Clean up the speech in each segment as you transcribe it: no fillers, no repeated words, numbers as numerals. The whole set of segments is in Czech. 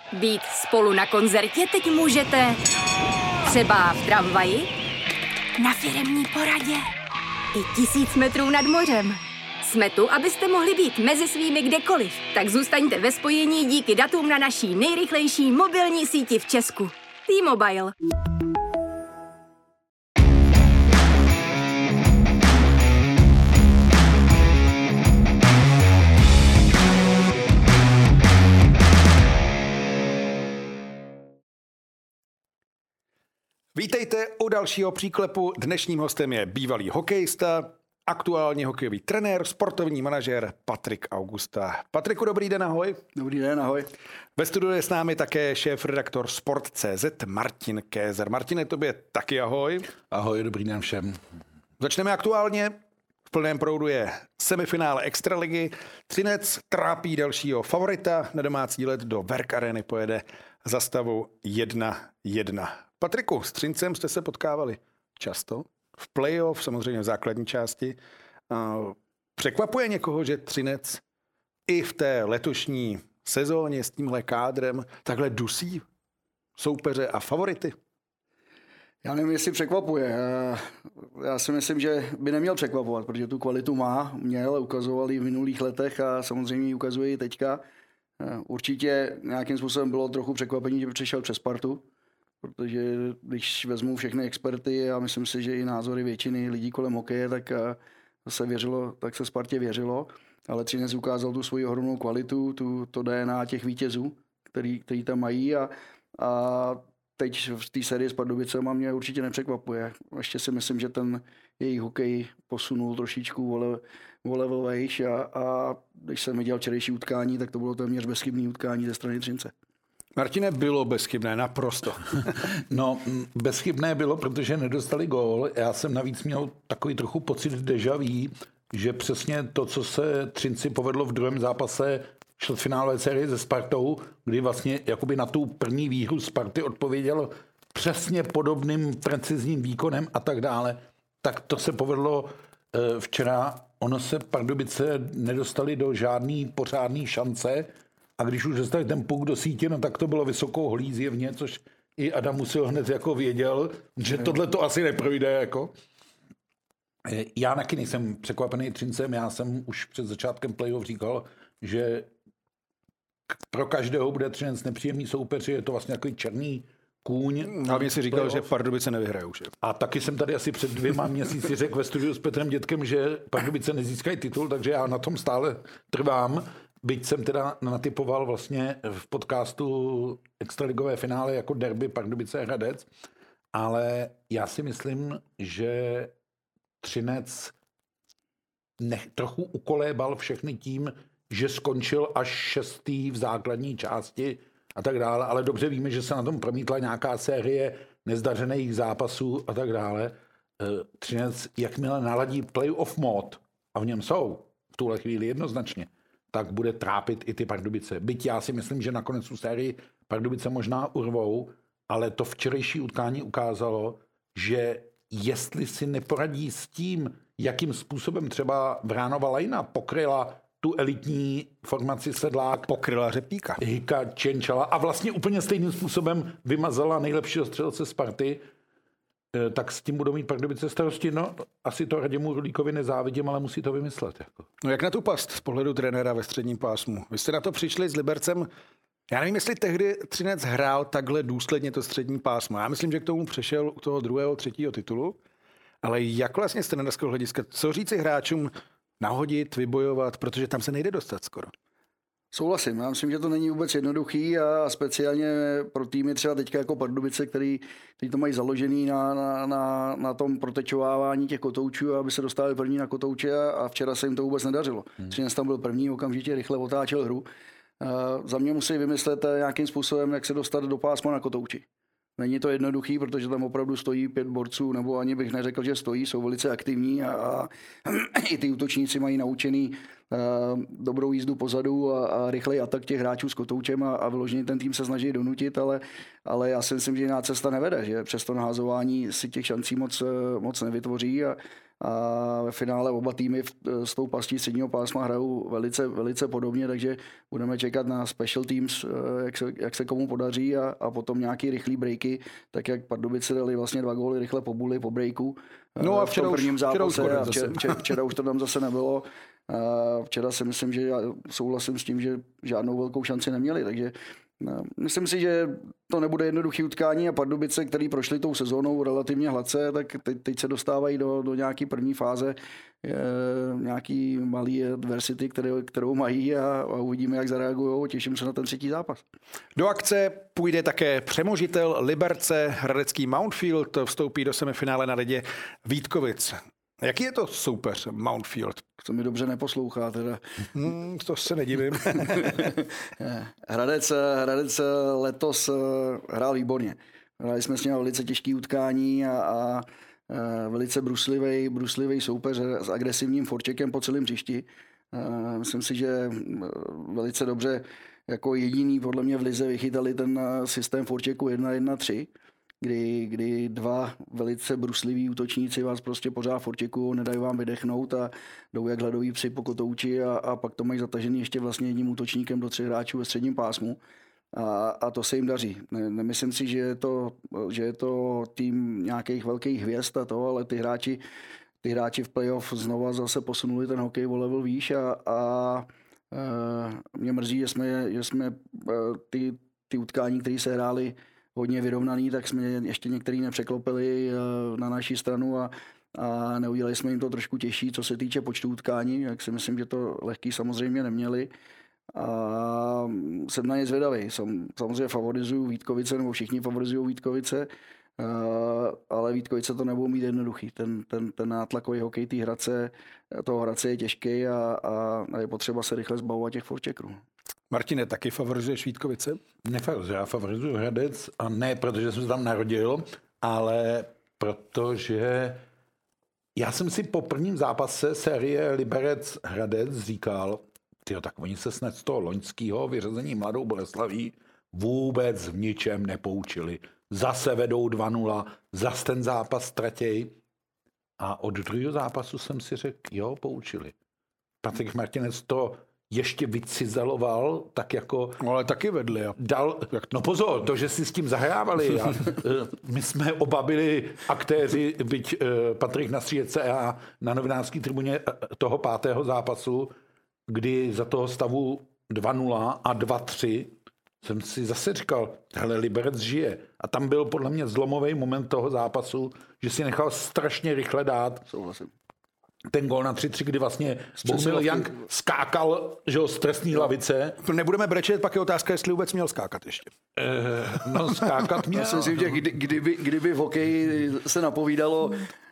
Být spolu na koncertě teď můžete třeba v tramvaji, na firemní poradě i 1000 metrů nad mořem. Jsme tu, abyste mohli být mezi svými kdekoliv. Tak zůstaňte ve spojení díky datům na naší nejrychlejší mobilní síti v Česku. T-Mobile. Vítejte u dalšího příklepu. Dnešním hostem je bývalý hokejista, aktuálně hokejový trenér, sportovní manažer Patrik Augusta. Patriku, dobrý den, ahoj. Dobrý den, ahoj. Ve studiu je s námi také šéf-redaktor Sport.cz Martin Kézer. Martine, tobě taky ahoj. Ahoj, dobrý den všem. Začneme aktuálně. V plném proudu je semifinále Extraligy. Třinec trápí dalšího favorita. Na domácí let do Werk Areny pojede za stavu 1-1. Patriku, s Třincem jste se potkávali často. V playoff, samozřejmě v základní části. Překvapuje někoho, že Třinec i v té letošní sezóně s tímhle kádrem takhle dusí soupeře a favority? Já nevím, jestli překvapuje. Já si myslím, že by neměl překvapovat, protože tu kvalitu měl, ukazoval i v minulých letech a samozřejmě ji ukazuje i teďka. Určitě nějakým způsobem bylo trochu překvapení, že přešel přes Spartu, protože když vezmu všechny experty a myslím si, že i názory většiny lidí kolem hokeje, tak se Spartě věřilo, ale Třinec ukázal tu svoji ohromnou kvalitu, to DNA těch vítězů, který tam mají a teď v té sérii s Pardubicema mě určitě nepřekvapuje. Ještě si myslím, že ten jejich hokej posunul trošičku o level vejš a když jsem viděl včerejší utkání, tak to bylo téměř bezchybné utkání ze strany Třince. Martine, bylo bezchybné, naprosto. No, bezchybné bylo, protože nedostali gól. Já jsem navíc měl takový trochu pocit déjà vu, že přesně to, co se Třinci povedlo v druhém zápase čtvrtfinálové série se Spartou, kdy vlastně jakoby na tu první výhru Sparty odpověděl přesně podobným precizním výkonem a tak dále, tak to se povedlo včera. Ono se Pardubice nedostali do žádný pořádný šance a když už dostali ten puk do sítě, no tak to bylo vysokou holí zjevně, což i Adam Musil hned jako věděl, že tohle to asi neprojde. Jako. Já taky nejsem překvapený Třincem, já jsem už před začátkem playoff říkal, že pro každého bude Třinec nepříjemný soupeř, je to vlastně takový černý kůň. Hlavně si říkal, že Pardubice nevyhrajou. Že? A taky jsem tady asi před 2 měsíci řekl ve studiu s Petrem Dětkem, že Pardubice nezískají titul, takže já na tom stále trvám. Byť jsem teda natypoval vlastně v podcastu extraligové finále jako derby Pardubice Hradec, ale já si myslím, že Třinec trochu ukolébal všechny tím, že skončil až 6. v základní části a tak dále, ale dobře víme, že se na tom promítla nějaká série nezdařených zápasů a tak dále. Třinec, jakmile naladí playoff mod, a v něm jsou v tuhle chvíli jednoznačně, tak bude trápit i ty Pardubice. Byť já si myslím, že nakonec tu sérii Pardubice možná urvou, ale to včerejší utkání ukázalo, že jestli si neporadí s tím, jakým způsobem třeba Vránova Lajna pokryla tu elitní formaci Sedlák, pokryla Řepíka, Hika, Čenčala a vlastně úplně stejným způsobem vymazala nejlepšího střelce Sparty, tak s tím budou mít Pardubice starosti. No, asi to Radimu Rulíkovi nezávidím, ale musí to vymyslet. Jako. No jak na tu past z pohledu trenéra ve středním pásmu? Vy jste na to přišli s Libercem. Já nevím, jestli tehdy Třinec hrál takhle důsledně to střední pásmo. Já myslím, že k tomu přešel u toho 2., 3. titulu. Ale jak vlastně z trenerského hlediska, co říci hráčům nahodit, vybojovat, protože tam se nejde dostat skoro? Souhlasím, já myslím, že to není vůbec jednoduchý a speciálně pro týmy třeba teďka jako Pardubice, který to mají založený na tom protečovávání těch kotoučů, aby se dostali první na kotouče a včera se jim to vůbec nedařilo. Třinec tam byl první, okamžitě rychle otáčel hru. Za mě musí vymyslet nějakým způsobem, jak se dostat do pásma na kotouči. Není to jednoduchý, protože tam opravdu stojí 5 borců, nebo ani bych neřekl, že stojí, jsou velice aktivní a i ty útočníci mají naučený dobrou jízdu pozadu a rychlej atak těch hráčů s kotoučem a vyloženě ten tým se snaží donutit, ale já si myslím, že jiná cesta nevede, že přes to nahazování si těch šancí moc nevytvoří a ve finále oba týmy s tou pastí středního pásma hrajou velice podobně, takže budeme čekat na special teams, jak se komu podaří a potom nějaký rychlý breaky, tak jak Pardubice dali vlastně 2 góly rychle po buli, po breaku. No a v tom prvním zápase včera už to tam zase nebylo. Včera si myslím, že já souhlasím s tím, že žádnou velkou šanci neměli, takže myslím si, že to nebude jednoduché utkání a Pardubice, který prošli tou sezónou relativně hladce, tak teď se dostávají do nějaké první fáze, nějaký malý adversity, kterou mají a uvidíme, jak zareagují. Těším se na ten 3. zápas. Do akce půjde také přemožitel Liberce, hradecký Mountfield vstoupí do semifinále na ledě Vítkovic. Jaký je to soupeř Mountfield? To mi dobře neposlouchá teda. To se nedivím. Hradec letos hrál výborně. Hráli jsme s ním velice těžký utkání a velice bruslivý soupeř s agresivním forčekem po celém hřišti. Myslím si, že velice dobře jako jediný podle mě v lize vychytali ten systém forčeku 1-1-3. Kdy 2 velice brusliví útočníci vás prostě pořád forčeku, nedají vám vydechnout a jdou jak hladový psi po kotouči a pak to mají zatažený ještě vlastně jedním útočníkem do 3 hráčů ve středním pásmu a to se jim daří. Nemyslím si, že je to tým nějakých velkých hvězd a to, ale ty hráči v playoff znova zase posunuli ten hokej o level výš a mě mrzí, že jsme ty utkání, které se hrály hodně vyrovnaný, tak jsme ještě některý nepřeklopili na naší stranu a neudělali jsme jim to trošku těžší, co se týče počtu utkání, jak si myslím, že to lehký samozřejmě neměli. A jsem na ně zvědavý. Samozřejmě favorizuju Vítkovice, nebo všichni favorizují Vítkovice, ale Vítkovice to nebudou mít jednoduchý. Ten nátlakový hokej té Hradce je těžký a je potřeba se rychle zbavovat těch forčekrů. Martine, taky favorizuješ Vítkovice? Nefavorizuje, já favorizuju Hradec a ne protože jsem se tam narodil, ale protože já jsem si po prvním zápase série Liberec Hradec říkal, tak oni se snad z toho loňského vyřazení Mladou Boleslaví vůbec v ničem nepoučili. Zase vedou 2-0, zase ten zápas ztratěj. A od druhého zápasu jsem si řekl, jo, poučili. Patrik Martinec to ještě vycizeloval, tak jako... No, ale taky vedli. Jo. No pozor, to, že si s tím zahrávali. My jsme oba byli aktéři, byť Patrik na střídce a na novinářské tribuně toho 5. zápasu, kdy za toho stavu 2-0 a 2-3 jsem si zase říkal, hele, Liberec žije. A tam byl podle mě zlomový moment toho zápasu, že si nechal strašně rychle dát. Souhlasím. Ten gól na 3-3, kdy vlastně Bohumil Jank skákal, že z trestní lavice. Nebudeme brečet, pak je otázka, jestli vůbec měl skákat ještě. No skákat měl. Já si myslím, že kdyby v hokeji se napovídalo,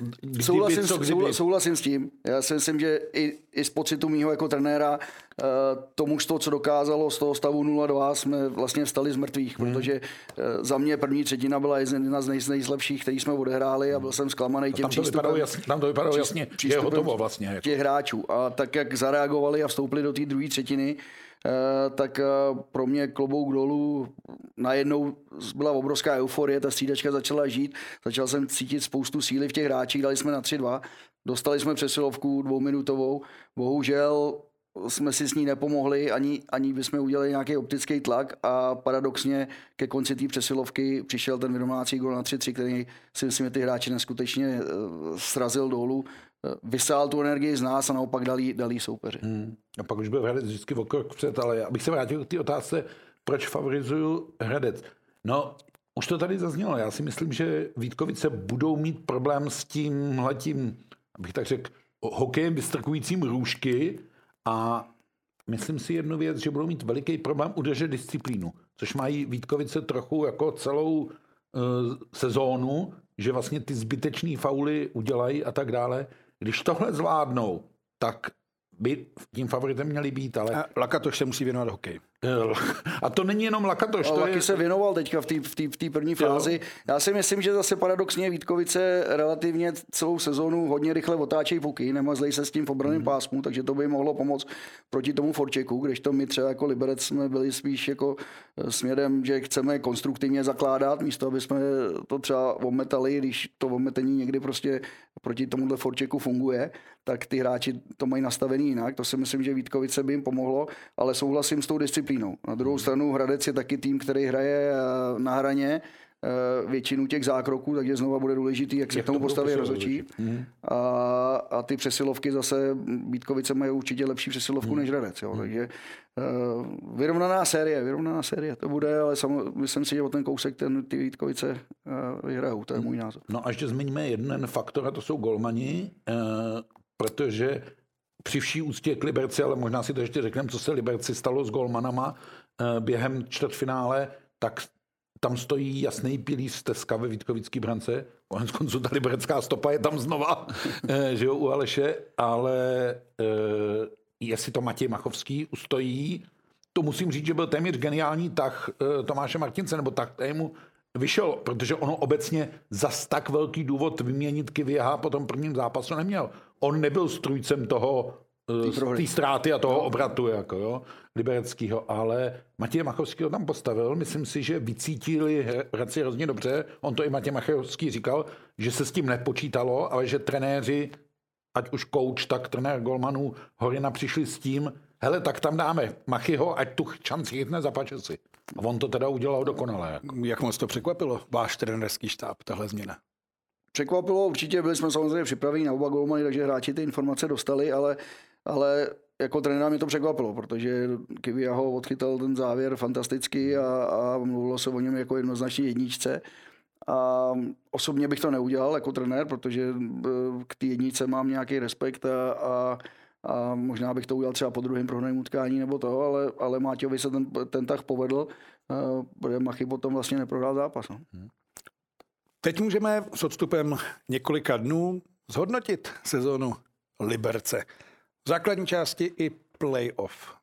souhlasím s tím. Já si myslím, že i z pocitu mýho jako trenéra to mužstvo, co dokázalo z toho stavu 0-2, jsme vlastně vstali z mrtvých, protože za mě první třetina byla jedna z nejslabších, který jsme odehráli a byl jsem zklamaný tím přístupem. Tam to vypadalo jasně, že je hotovo vlastně. Těch hráčů. A tak, jak zareagovali a vstoupili do té druhé třetiny, tak pro mě klobouk dolů, najednou byla obrovská euforie, ta střídačka začala žít, začal jsem cítit spoustu síly v těch hráčích, dali jsme na 3-2, dostali jsme přesilovku 2minutovou, bohužel jsme si s ní nepomohli, ani bychom udělali nějaký optický tlak a paradoxně ke konci té přesilovky přišel ten vyrovnávací gól na 3-3, který si myslím, že ty hráči neskutečně srazil dolů, vysál tu energii z nás a naopak dali soupeři. A pak už byl Hradec vždycky o krok před, ale abych se vrátil k té otázce, proč favorizuju Hradec. No, už to tady zaznělo. Já si myslím, že Vítkovice budou mít problém s tímhletím, abych tak řekl, hokejem vystrkujícím růžky a myslím si jednu věc, že budou mít veliký problém udržet disciplínu, což mají Vítkovice trochu jako celou sezónu, že vlastně ty zbytečný fauly udělají a tak dále. Když tohle zvládnou, tak by tím favoritem měli být, ale... A Lakatoš se musí věnovat hokeji. A to není jenom Lakatoš. Laky se věnoval teďka v té první fázi. Já si myslím, že zase paradoxně Vítkovice relativně celou sezónu hodně rychle otáčejí puky, nemazlej se s tím v obranném pásmu, takže to by mohlo pomoct proti tomu Forčeku, kdežto my třeba jako Liberec jsme byli spíš jako směrem, že chceme konstruktivně zakládat, místo aby jsme to třeba ometali, když to ometení někdy prostě proti tomuhle Forčeku funguje, tak ty hráči to mají nastavený jinak. To si myslím, že Vítkovice by jim pomohlo, ale souhlasím s tou disciplínou. Na druhou stranu Hradec je taky tým, který hraje na hraně většinu těch zákroků, takže znova bude důležitý, jak se k tomu postaví rozhodčí. A ty přesilovky zase Vítkovice mají určitě lepší přesilovku než Hradec. Jo. Takže vyrovnaná série to bude, ale myslím si, že o ten kousek ty Vítkovice vyhrajou, to je můj názor. No a ještě zmiňme jeden faktor, a to jsou golmani, protože při vší úctě k Liberci, ale možná si to ještě řekneme, co se Liberci stalo s golmanama během čtvrtfinále, tak tam stojí jasný pilíř Stezka ve Vítkovický brance. Konec konců ta liberecká stopa je tam znova, že jo, u Aleše, ale jestli to Matěj Machovský ustojí, to musím říct, že byl téměř geniální tah Tomáše Martince, nebo tah, který mu vyšel, protože ono obecně zas tak velký důvod vyměnit Kivieha po tom prvním zápasu neměl. On nebyl strůjcem toho té ztráty a toho obratu jako, jo, libereckého, ale Matěj Machovský ho tam postavil. Myslím si, že vycítili hráči hrozně dobře. On to i Matěj Machovský říkal, že se s tím nepočítalo, ale že trenéři, ať už kouč, tak trenér golmanů Horina přišli s tím, hele, tak tam dáme Machyho, ať tu šanci chytne, zapače si. A on to teda udělal dokonale. Jako. Jak moc to překvapilo, váš trenérský štáb, tahle změna? Překvapilo, určitě byli jsme samozřejmě připraveni na oba golmany, takže hráči ty informace dostali, ale jako trenéra mě to překvapilo, protože Kivia ho odchytal ten závěr fantasticky a mluvilo se o něm jako jednoznačně jedničce. A osobně bych to neudělal jako trenér, protože k té jedničce mám nějaký respekt a možná bych to udělal třeba po druhém prohraném utkání nebo to, ale Máťovi se ten tah povedl, protože Machy potom vlastně neprohrál zápas. No. Teď můžeme s odstupem několika dnů zhodnotit sezónu Liberce. V základní části i playoff.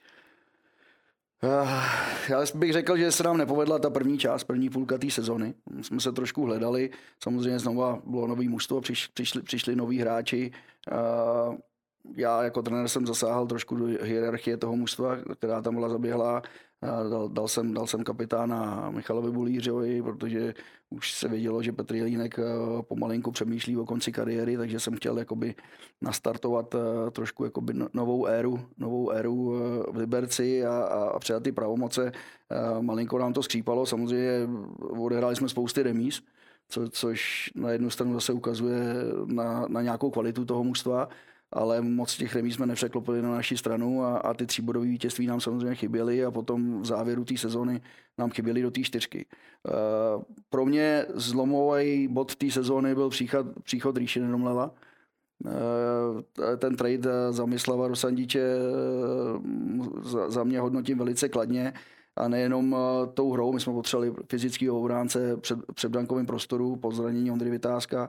Já bych řekl, že se nám nepovedla ta první část, první půlka té sezony. Jsme se trošku hledali, samozřejmě znova bylo nový mužstvo, přišli noví hráči. Já jako trenér jsem zasáhl trošku do hierarchie toho mužstva, která tam byla zaběhlá. Dal jsem kapitána Michalovi Bulířovi, protože už se vědělo, že Petr Jelínek pomalinku přemýšlí o konci kariéry, takže jsem chtěl jakoby nastartovat trošku jakoby novou éru v Liberci a předat ty pravomoce. Malinko nám to skřípalo, samozřejmě odehráli jsme spousty remíz, což na jednu stranu zase ukazuje na nějakou kvalitu toho mužstva, ale moc těch remíz jsme nepřeklopili na naši stranu a ty 3bodové vítězství nám samozřejmě chyběly a potom v závěru té sezóny nám chyběly do té 4. Pro mě zlomový bod té sezóny byl příchod Ríši Nedomleva. Ten trade za Mislava Rosandiče za mě hodnotím velice kladně a nejenom tou hrou. My jsme potřebovali fyzického obránce před brankovým prostoru po zranění Ondry Vytázka.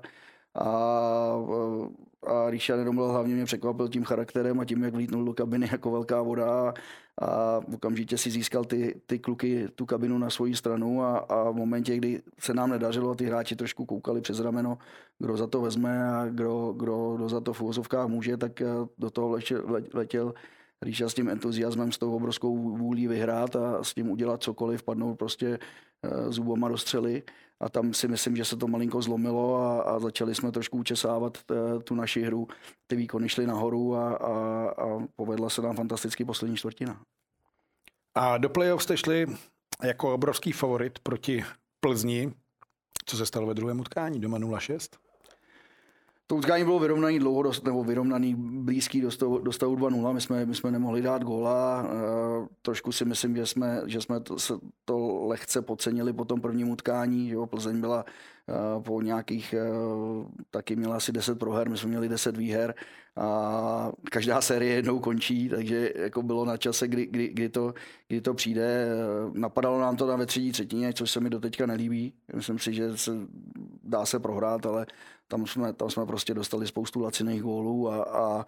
A Ríša Nedomlev hlavně mě překvapil tím charakterem a tím, jak vlítnul do kabiny jako velká voda a okamžitě si získal ty kluky tu kabinu na svoji stranu a v momentě, kdy se nám nedařilo, ty hráči trošku koukali přes rameno, kdo za to vezme a kdo za to v uvozovkách může, tak do toho letěl Ríša s tím entuziasmem, s tou obrovskou vůlí vyhrát a s tím udělat cokoliv, padnout prostě zubama do střely. A tam si myslím, že se to malinko zlomilo a začali jsme trošku učesávat tu naši hru. Ty výkony šly nahoru a povedla se nám fantasticky poslední čtvrtina. A do playoff jste šli jako obrovský favorit proti Plzni. Co se stalo ve druhém utkání? Doma 0-6? To utkání bylo vyrovnaný vyrovnaný blízký do stavu 2-0. My jsme nemohli dát góla. Trošku si myslím, že jsme to lehce podcenili po tom prvním utkání. Jo. Plzeň byla po nějakých, taky měla asi 10 proher, my jsme měli 10 výher a každá série jednou končí, takže jako bylo na čase, kdy to přijde. Napadalo nám to tam ve třetí třetině, což se mi doteďka nelíbí. Myslím si, že dá se prohrát, ale tam jsme prostě dostali spoustu laciných gólů a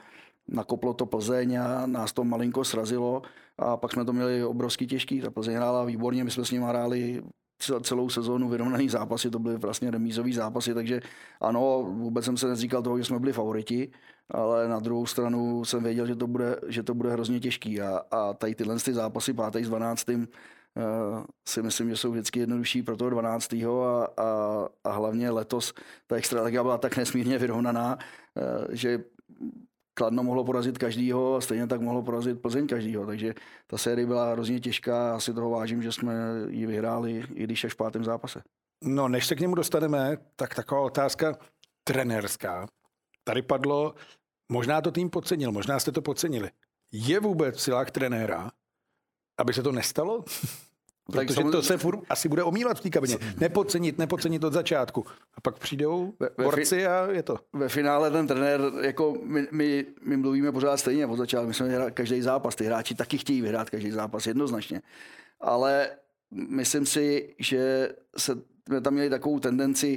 nakoplo to Plzeň a nás to malinko srazilo a pak jsme to měli obrovsky těžký. Ta Plzeň hrála výborně, my jsme s nimi hráli celou sezónu vyrovnaný zápasy, to byly vlastně remízový zápasy, takže ano, vůbec jsem se nezříkal toho, že jsme byli favoriti, ale na druhou stranu jsem věděl, že to bude hrozně těžký a tady tyhle zápasy 5. s 12. Si myslím, že jsou vždycky jednodušší pro toho 12. a hlavně letos ta extraliga byla tak nesmírně vyrovnaná, že Kladno mohlo porazit každýho a stejně tak mohlo porazit Plzeň každýho, takže ta série byla hrozně těžká a asi toho vážím, že jsme ji vyhráli, i když až v 5. zápase. No, než se k němu dostaneme, tak taková otázka trenérská. Tady padlo, možná to tým podcenil, možná jste to podcenili. Je vůbec v silách trenéra, aby se to nestalo? Protože to se asi bude omílat v té kabině. Nepodcenit od začátku. A pak přijdou borci a je to. Ve finále ten trenér, jako my mluvíme pořád stejně od začátku. My jsme hrát každý zápas. Ty hráči taky chtějí vyhrát každý zápas jednoznačně. Ale myslím si, že jsme tam měli takovou tendenci,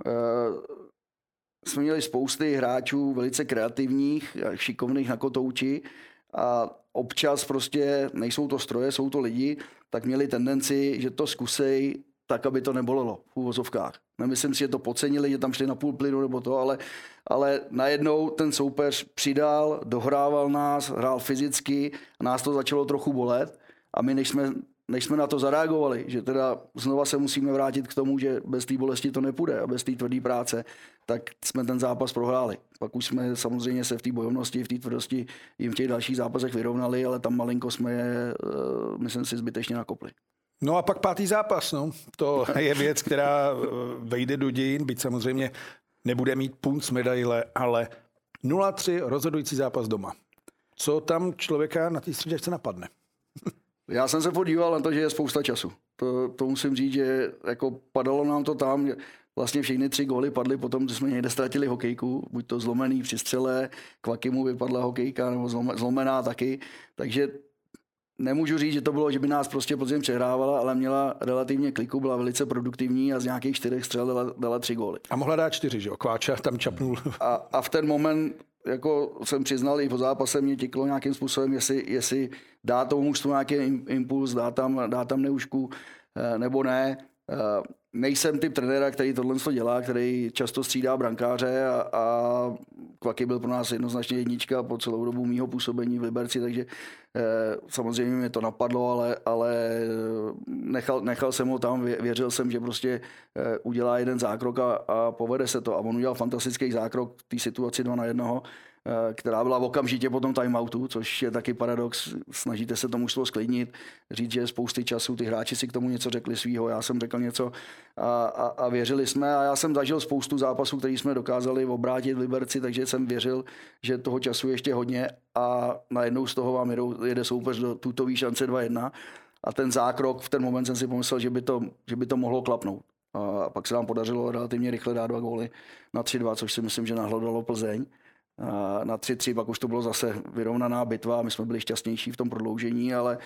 jsme měli spousty hráčů velice kreativních, šikovných na kotouči a občas prostě nejsou to stroje, jsou to lidi, tak měli tendenci, že to zkusej tak, aby to nebolelo v úvozovkách. Nemyslím si, že to podcenili, že tam šli na půl plynu nebo to, ale najednou ten soupeř přidal, dohrával nás, hrál fyzicky a nás to začalo trochu bolet a my než jsme na to zareagovali, že teda znova se musíme vrátit k tomu, že bez té bolesti to nepůjde a bez té tvrdé práce, tak jsme ten zápas prohráli. Pak už jsme samozřejmě se v té bojovnosti, v té tvrdosti jim v těch dalších zápasech vyrovnali, ale tam malinko jsme je, myslím si, zbytečně nakopli. No a pak 5. zápas, no. To je věc, která vejde do dějin, byť samozřejmě nebude mít punc medaile, ale 0-3 rozhodující zápas doma. Co tam člověka na té střídačce napadne? Já jsem se podíval na to, že je spousta času. To musím říct, že jako padalo nám to tam, vlastně všechny 3 góly padly potom, že jsme někde ztratili hokejku, buď to zlomený při střele, Kvakimu vypadla hokejka, nebo zlomená taky. Takže nemůžu říct, že to bylo, že by nás prostě Plzeň přehrávala, ale měla relativně kliku, byla velice produktivní a z nějakých 4 střel dala 3 góly. A mohla dát 4, že jo? Kváča tam čapnul. A v ten moment jako jsem přiznal, i po zápase mě tiklo nějakým způsobem, jestli dá tomu mužstvu nějaký impuls, dá tam neušku, nebo ne. Nejsem typ trenéra, který tohle dělá, který často střídá brankáře a Kvaky byl pro nás jednoznačně jednička po celou dobu mýho působení v Liberci, takže samozřejmě mě to napadlo, ale nechal jsem ho tam, věřil jsem, že prostě udělá jeden zákrok a povede se to. A on udělal fantastický zákrok v té situaci 2-1, která byla okamžitě po tom timeoutu, což je taky paradox. Snažíte se to mužstvo sklidnit, říct, že je spousty času, ty hráči si k tomu něco řekli svýho, já jsem řekl něco a věřili jsme. A já jsem zažil spoustu zápasů, který jsme dokázali obrátit v Liberci, takže jsem věřil, že toho času ještě hodně a najednou z toho vám jede soupeř do tutový šance 2-1 a ten zákrok, v ten moment jsem si pomyslel, že by to mohlo klapnout. A pak se nám podařilo relativně rychle dát 2 góly na 3-2, což si myslím, že nahlodalo Plzeň. A na 3-3 pak už to bylo zase vyrovnaná bitva, my jsme byli šťastnější v tom prodloužení, ale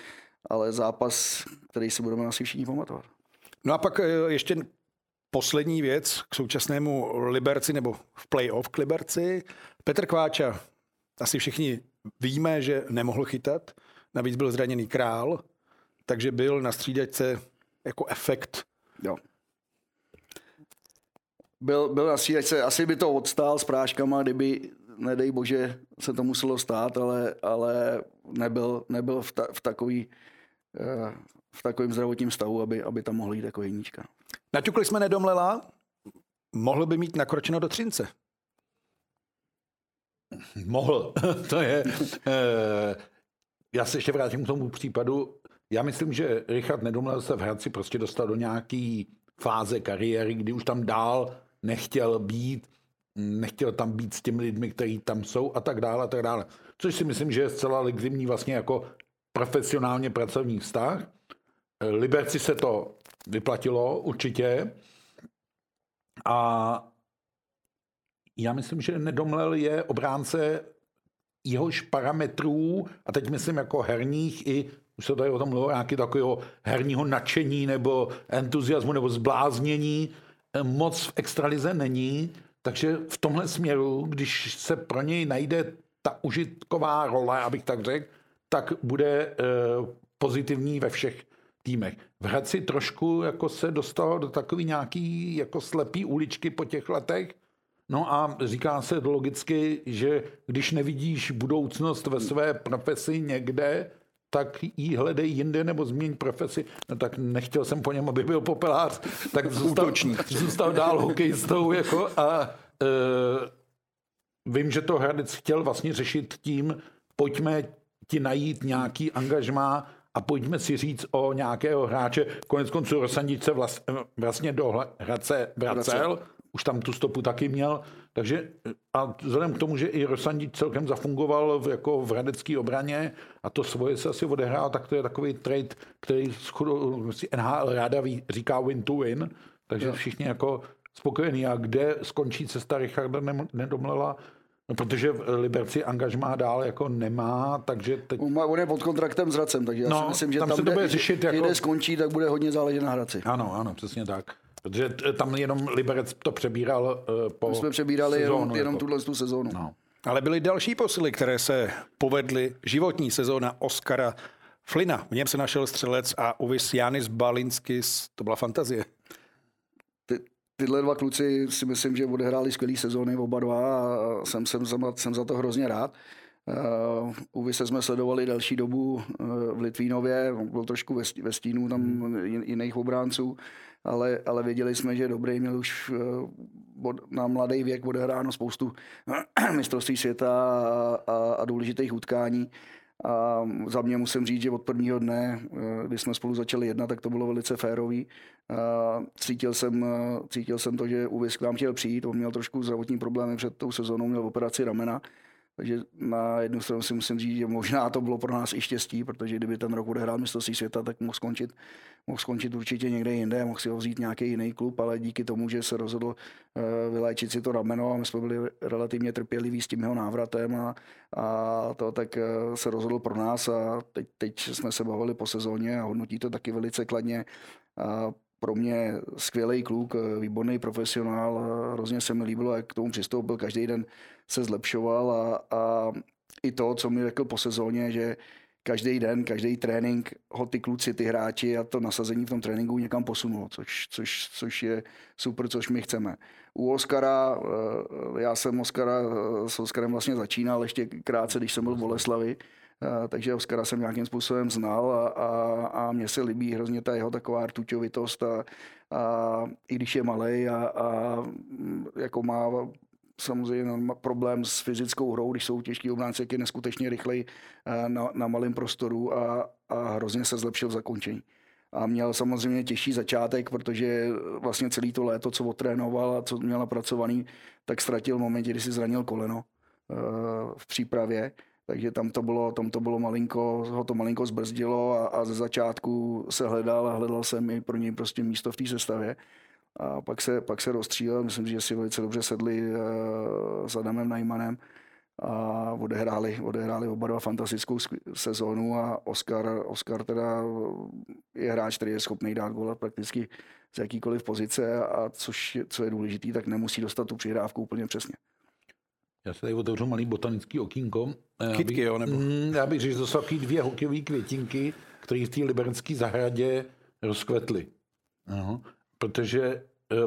zápas, který si budeme asi všichni pamatovat. No a pak ještě poslední věc k současnému Liberci, nebo v play-off k Liberci. Petr Kváča, asi všichni víme, že nemohl chytat, navíc byl zraněný Král, takže byl na střídačce jako efekt. Jo. Byl na střídačce, asi by to odstál s práškama, kdyby, nedej bože, se to muselo stát, ale nebyl v takovým zdravotním stavu, aby tam mohl jít jako jednička. Naťukli jsme Nedomlela, mohl by mít nakročeno do Třince. Mohl. To je... Já se ještě vrátím k tomu případu. Já myslím, že Richard Nedomlel se v Hradci prostě dostal do nějaký fáze kariéry, kdy už tam dál nechtěl být, nechtěl tam být s těmi lidmi, kteří tam jsou a tak dále, a tak dále. Což si myslím, že je zcela legitimní vlastně jako profesionálně pracovní vztah. Liberci se to vyplatilo určitě a já myslím, že Nedomlel je obránce jehož parametrů, a teď myslím jako herních i, už se tady o tom mluvilo, nějaký takového herního nadšení nebo entuziasmu nebo zbláznění, moc v extralize není, takže v tomhle směru, když se pro něj najde ta užitková role, abych tak řekl, tak bude pozitivní ve všech týmech. V Hradci trošku jako se dostalo do takový nějaký jako slepý uličky po těch letech. No a říká se logicky, že když nevidíš budoucnost ve své profesi někde, tak jí hledej jinde nebo změň profesi. No tak nechtěl jsem po něm, aby byl popelář, tak zůstal dál hokejistou. Jako vím, že to Hradec chtěl vlastně řešit tím, pojďme ti najít nějaký angažmá a pojďme si říct o nějakého hráče. Konec konců Rosandič se vlastně do Hradce vracel, už tam tu stopu taky měl, takže a vzhledem k tomu, že i Rosandič celkem zafungoval jako v hradecké obraně a to svoje se asi odehrál, tak to je takový trade, který si NHL ráda říká win to win, takže všichni jako spokojení. A kde skončí cesta Richarda Nedomlela? No, protože v Liberci angažmá dál jako nemá, takže teď... On je pod kontraktem s Hradcem, takže já si myslím, že tam kde, řešit jako... kde skončí, tak bude hodně záležet na Hradci. Ano, přesně tak. Protože tam jenom Liberec to přebíral po My jsme přebírali sezónu, jenom tu sezónu. No. Ale byly další posily, které se povedly. Životní sezóna Oskara Flynna. V něm se našel střelec a uvis Jánis Balinskis. To byla fantazie. Tyhle dva kluci si myslím, že odehráli skvělý sezóny oba dva a jsem za to hrozně rád. Uvise jsme sledovali další dobu v Litvínově, byl trošku ve stínu tam jiných obránců, ale věděli jsme, že dobrý, měl už na mladý věk odehráno spoustu mistrovství světa a důležitých utkání. A za mě musím říct, že od prvního dne, kdy jsme spolu začali jednat, tak to bylo velice férový. Cítil jsem to, že Uvis k nám chtěl přijít, on měl trošku zdravotní problémy před tou sezónou, měl operaci ramena. Takže na jednu stranu si musím říct, že možná to bylo pro nás i štěstí, protože kdyby ten rok odehrál mistrovství světa, tak mohl skončit určitě někde jinde, mohl si ho vzít nějaký jiný klub, ale díky tomu, že se rozhodl vyléčit si to rameno a my jsme byli relativně trpěliví s tím jeho návratem a to tak se rozhodl pro nás a teď jsme se bavili po sezóně a hodnotí to taky velice kladně. A pro mě skvělý kluk, výborný profesionál, hrozně se mi líbilo, jak k tomu přistoupil, každý den se zlepšoval a i to, co mi řekl po sezóně, že každý den, každý trénink ho ty kluci, ty hráči a to nasazení v tom tréninku někam posunulo, což je super, což my chceme. U Oskara, já jsem s Oskarem vlastně začínal ještě krátce, když jsem byl v Boleslavi, takže Oskara jsem nějakým způsobem znal a mně se líbí hrozně ta jeho taková rtuťovitost a i když je malej a jako má samozřejmě problém s fyzickou hrou, když jsou těžký obránci, jak je neskutečně rychlej na malém prostoru a hrozně se zlepšil v zakončení. A měl samozřejmě těžší začátek, protože vlastně celý to léto, co otrénoval a co měl napracovaný, tak ztratil v momentě, kdy si zranil koleno v přípravě. Takže tam to bylo ho to malinko zbrzdilo a ze začátku se hledal jsem i pro něj prostě místo v té sestavě. A pak se rozstřílel, myslím, že si velice dobře sedli s Adamem Najmanem a odehráli oba dva fantastickou sezónu a Oskar teda je hráč, který je schopný dát góla prakticky z jakýkoliv pozice a co je důležitý, tak nemusí dostat tu přihrávku úplně přesně. Já se tady otevřu malý botanický okýnko. Kytky, jo, nebo? Já bych řekl, že to jsou takový 2 hokejové květinky, které v té liberecké zahradě rozkvetly. Aha. Protože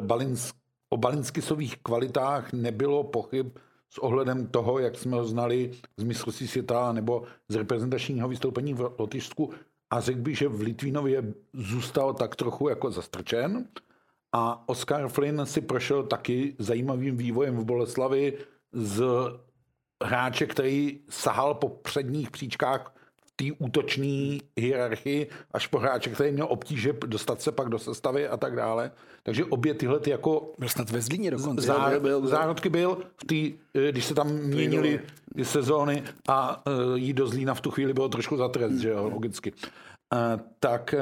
o Balinskisových kvalitách nebylo pochyb s ohledem toho, jak jsme ho znali z mistrovství světa nebo z reprezentačního vystoupení v Lotyšsku. A řekl bych, že v Litvínově zůstal tak trochu jako zastrčen. A Oskar Flynn si prošel taky zajímavým vývojem v Boleslavi z hráče, který sahal po předních příčkách v té útočné hierarchii, až po hráče, který měl obtíže dostat se pak do sestavy a tak dále. Takže obě tyhle ty jako... Byl snad ve Zlíně dokonce. Zárodky byl, když se tam měnily sezóny a jít do Zlína v tu chvíli bylo trošku za trest, že jo, logicky. Tak...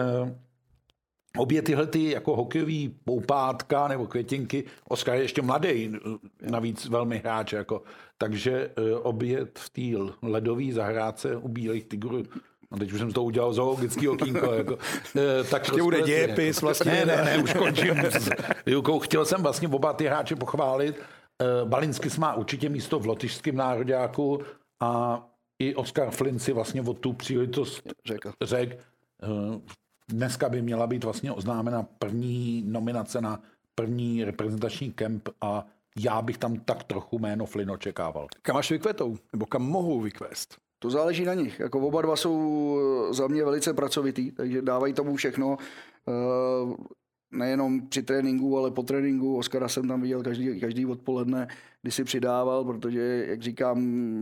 Obě tyhle ty jako hokejový poupátka nebo květinky, Oskar je ještě mladý, navíc velmi hráč, jako, takže obě v té ledové zahrádce u Bílých tigrů, no teď už jsem to udělal zoologický okýnko, jako, tak ještě bude dějepis vlastně. Ne, už končím. Chtěl jsem vlastně oba ty hráče pochválit. Balinskis má určitě místo v lotyšském nároďáku a i Oskar Flynn si vlastně o tu příležitost řekl. Dneska by měla být vlastně oznámena první nominace na první reprezentační kemp a já bych tam tak trochu jméno Flynn očekával. Kam až vykvetou? Nebo kam mohou vykvést? To záleží na nich. Jako oba dva jsou za mě velice pracovitý, takže dávají tomu všechno. Nejenom při tréninku, ale po tréninku. Oskara jsem tam viděl každý odpoledne, kdy si přidával, protože, jak říkám,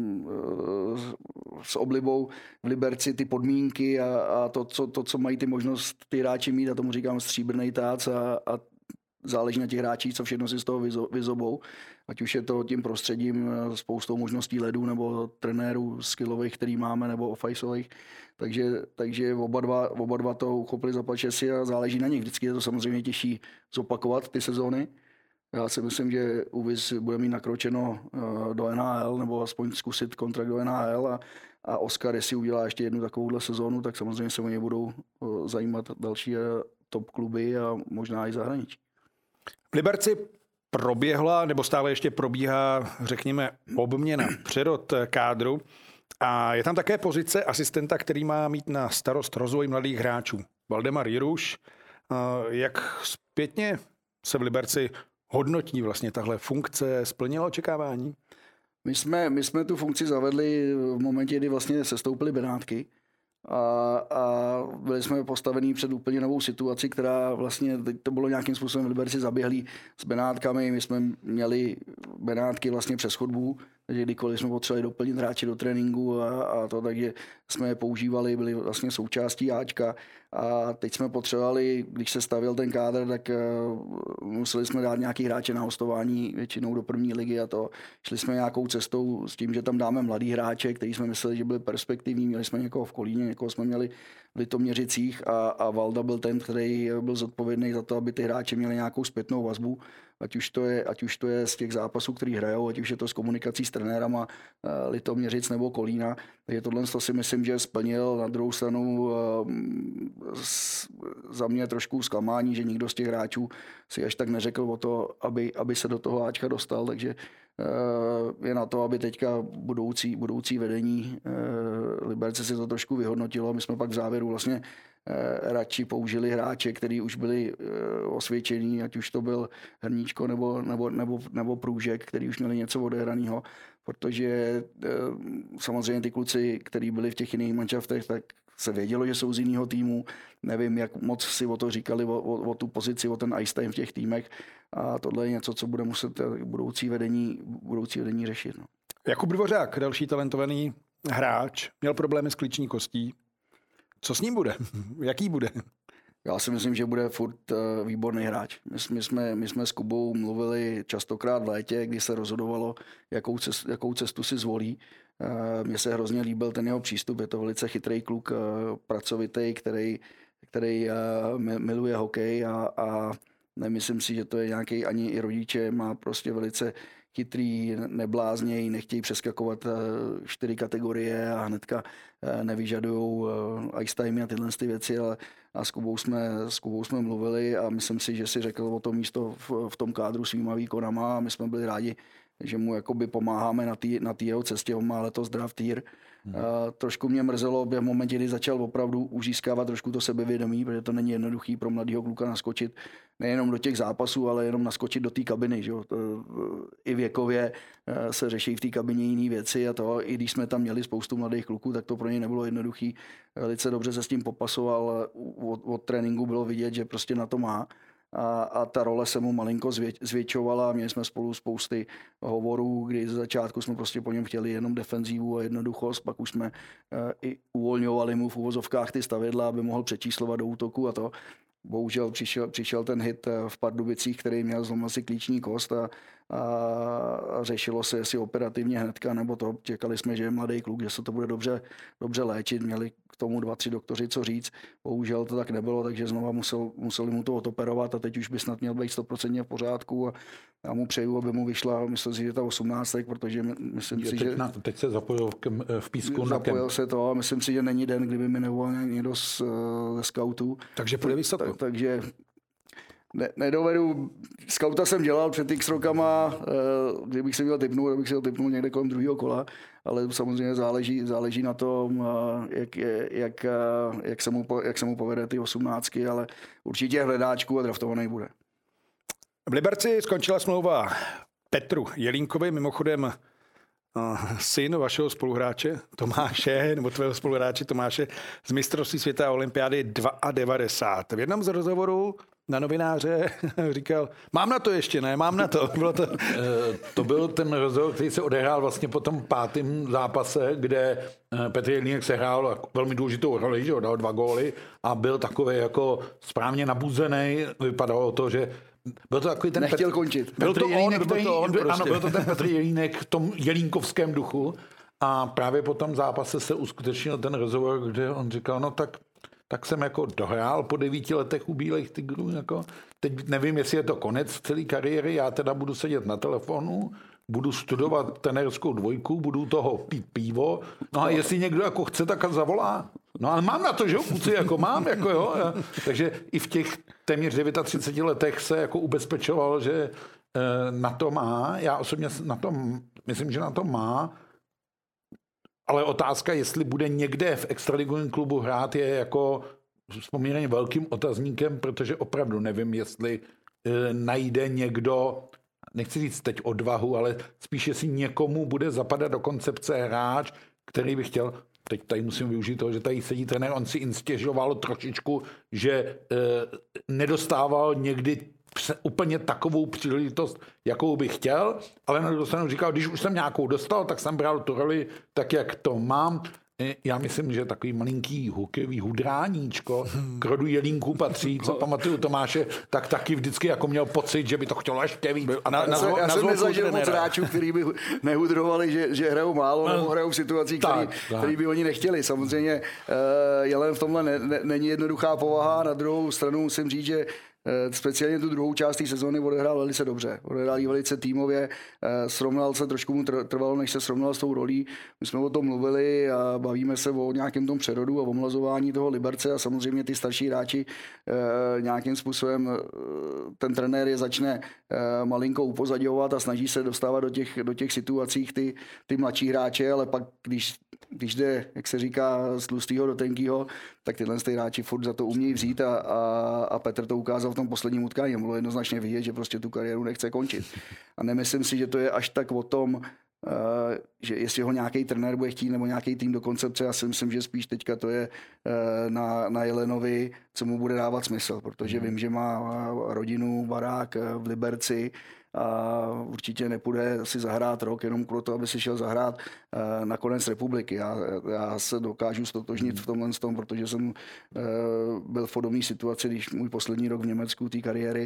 s oblibou v Liberci ty podmínky a to, co mají ty možnost ty hráči mít, a tomu říkám stříbrnej tác a záleží na těch hráčích, co všechno si z toho vyzobou. Ať už je to tím prostředím spoustou možností ledů nebo trenérů skillových, který máme, nebo officeových. Takže oba dva to uchopili za pačesy a záleží na nich. Vždycky je to samozřejmě těžší zopakovat ty sezóny. Já si myslím, že Uvis bude mít nakročeno do NHL, nebo aspoň zkusit kontrakt do NHL a Oskar, jestli udělá ještě jednu takovouhle sezónu, tak samozřejmě se o něj budou zajímat další top kluby a možná i zahraničí. V Liberci proběhla, nebo stále ještě probíhá, řekněme, obměna, přerod kádru. A je tam také pozice asistenta, který má mít na starost rozvoj mladých hráčů. Valdemar Jiruš. Jak zpětně se v Liberci hodnotí vlastně tahle funkce? Splnila očekávání? My jsme tu funkci zavedli v momentě, kdy vlastně sestoupily Benátky. A byli jsme postavení před úplně novou situaci, která vlastně, to bylo nějakým způsobem v Liberci zaběhlý s Benátkami. My jsme měli Benátky vlastně přes chodbu, takže kdykoliv jsme potřebovali doplnit hráči do tréninku a to, takže jsme je používali, byli vlastně součástí Ačka. A teď jsme potřebovali, když se stavěl ten kádr, tak museli jsme dát nějaký hráče na hostování, většinou do první ligy a to. Šli jsme nějakou cestou s tím, že tam dáme mladý hráče, který jsme mysleli, že byli perspektivní. Měli jsme někoho v Kolíně, někoho jsme měli v Litoměřicích a Valda byl ten, který byl zodpovědný za to, aby ty hráči měli nějakou zpětnou vazbu. Ať už to je z těch zápasů, který hrajou, ať už je to s komunikací s trenérama Litoměřic nebo Kolína. Takže tohle si myslím, že splnil. Na druhou stranu za mě trošku zklamání, že nikdo z těch hráčů si až tak neřekl o to, aby se do toho Ačka dostal. Takže je na to, aby teďka budoucí vedení Liberce si to trošku vyhodnotilo. My jsme pak v závěru vlastně radši použili hráče, kteří už byli osvědčení, ať už to byl Hrníčko nebo Průžek, který už měli něco odehraného, protože samozřejmě ty kluci, kteří byli v těch jiných manšaftech, tak se vědělo, že jsou z jiného týmu. Nevím, jak moc si o to říkali, o tu pozici, o ten ice time v těch týmech. A tohle je něco, co bude muset budoucí vedení řešit. No. Jakub Dvořák, další talentovaný hráč, měl problémy s klíční kostí. Co s ním bude? Jaký bude? Já si myslím, že bude furt výborný hráč. My jsme s Kubou mluvili častokrát v létě, kdy se rozhodovalo, jakou cestu si zvolí. Mně se hrozně líbil ten jeho přístup. Je to velice chytrý kluk, pracovitý, který miluje hokej a nemyslím si, že to je nějaký ani i rodiče. Má prostě velice chytrý, neblázněj, nechtějí přeskakovat 4 kategorie a hnedka nevyžadujou ice time a tyhle ty věci, ale a s Kubou jsme mluvili a myslím si, že si řekl o to místo v tom kádru svýma výkonama a my jsme byli rádi, že mu jakoby pomáháme na té jeho cestě. On má letos draft tier. Trošku mě mrzelo v momentě, kdy začal opravdu už získávat trošku to sebevědomí, protože to není jednoduchý pro mladého kluka naskočit nejenom do těch zápasů, ale jenom naskočit do té kabiny. Že? I věkově se řeší v té kabině jiné věci a to, i když jsme tam měli spoustu mladých kluků, tak to pro něj nebylo jednoduchý. Velice dobře se s tím popasoval, od tréninku bylo vidět, že prostě na to má. A ta role se mu malinko zvětšovala. Měli jsme spolu spousty hovorů, kdy ze začátku jsme prostě po něm chtěli jenom defenzivu a jednoduchost, pak už jsme i uvolňovali mu v uvozovkách ty stavidla, aby mohl přečíslovat do útoku a to. Bohužel přišel ten hit v Pardubicích, který měl zlomil si klíční kost a řešilo se, jestli operativně hnedka, nebo to. Čekali jsme, že je mladý kluk, že se to bude dobře léčit. Měli k tomu 2-3 doktoři co říct. Bohužel to tak nebylo, takže znova museli mu to odoperovat a teď už by snad měl být 100% v pořádku a já mu přeju, aby mu vyšla, myslím si, že ta 18, protože myslím si, že... Teď se zapojil v Písku. Zapojil se to a myslím si, že není den, kdyby mi nevolal někdo ze scoutů. Takže půjde vysoko. Takže Nedovedu, skauta jsem dělal před x rokama, kdybych se měl tipnout, abych se ho tipnul někde kolem druhého kola, ale samozřejmě záleží na tom, jak se mu povede ty 18, ale určitě hledáčku a draftovaný bude. V Liberci skončila smlouva Petru Jelínkovi, mimochodem syn vašeho spoluhráče Tomáše, nebo tvého spoluhráče Tomáše z mistrovství světa a olympiády 92. V jednom z rozhovorů na novináře říkal, mám na to ještě, ne, mám na to. Bylo to... To byl ten rozhovor, který se odehrál vlastně po tom 5. zápase, kde Petr Jelínek sehrál velmi důležitou roli, že dal 2 góly a byl takový jako správně nabuzený. Vypadalo to, že byl to takový ten nechtěl končit. Byl to Jelínek, on, ano, byl to ten Petr Jelínek v tom jelínkovském duchu a právě po tom zápase se uskutečnil ten rozhovor, kde on říkal, no tak jsem jako dohrál po 9 letech u Bílých tigrů, jako teď nevím, jestli je to konec celé kariéry, já teda budu sedět na telefonu, budu studovat trenérskou dvojku, budu toho pít pivo, no a jestli někdo jako chce, tak zavolá. No ale mám na to, že jo, kluci, jako mám, jako jo. Takže i v těch téměř 39 letech se jako ubezpečoval, že na to má. Já osobně na tom, myslím, že na to má. Ale otázka, jestli bude někde v extraligovém klubu hrát, je jako s poměrně velkým otazníkem, protože opravdu nevím, jestli najde někdo, nechci říct teď odvahu, ale spíš jestli někomu bude zapadat do koncepce hráč, který by chtěl. Teď tady musím využít toho, že tady sedí trenér, on si instěžoval trošičku, že nedostával někdy úplně takovou příležitost, jakou bych chtěl, ale na druhou stranu říkal, když už jsem nějakou dostal, tak jsem bral tu roli tak, jak to mám. Já myslím, že takový malinký hokejový hudráníčko k rodu Jelínků patří, co pamatuju Tomáše, tak taky vždycky jako měl pocit, že by to chtělo ještě víc. Já jsem nezažil moc hráčů, kteří by nehudrovali, že hrajou málo nebo hrajou v situacích, který by oni nechtěli. Samozřejmě Jelen v tomhle není jednoduchá povaha, na druhou stranu musím říct, že speciálně tu druhou část té sezóny odehrál velice dobře. Odehrál ji velice týmově, srovnal se, trošku mu trvalo, než se srovnal s tou rolí. My jsme o tom mluvili a bavíme se o nějakém tom přerodu a omlazování toho Liberce a samozřejmě ty starší hráči nějakým způsobem ten trenér je začne malinko upozadňovat a snaží se dostávat do těch situacích ty mladší hráče, ale pak když jde, jak se říká, z tlustýho do tenkýho, tak tyhle hráči furt za to umějí vzít a Petr to ukázal v tom posledním utkání. Bylo jednoznačně vidět, že prostě tu kariéru nechce končit. A nemyslím si, že to je až tak o tom, že jestli ho nějaký trenér bude chtít nebo nějaký tým do koncepce, já si myslím, že spíš teďka to je na Jelenovi, co mu bude dávat smysl, protože vím, že má rodinu, barák v Liberci a určitě nepůjde si zahrát rok jenom pro to, aby si šel zahrát na konec republiky. Já se dokážu stotožnit v tomhle tom, protože jsem byl v podobné situaci, když můj poslední rok v Německu té kariéry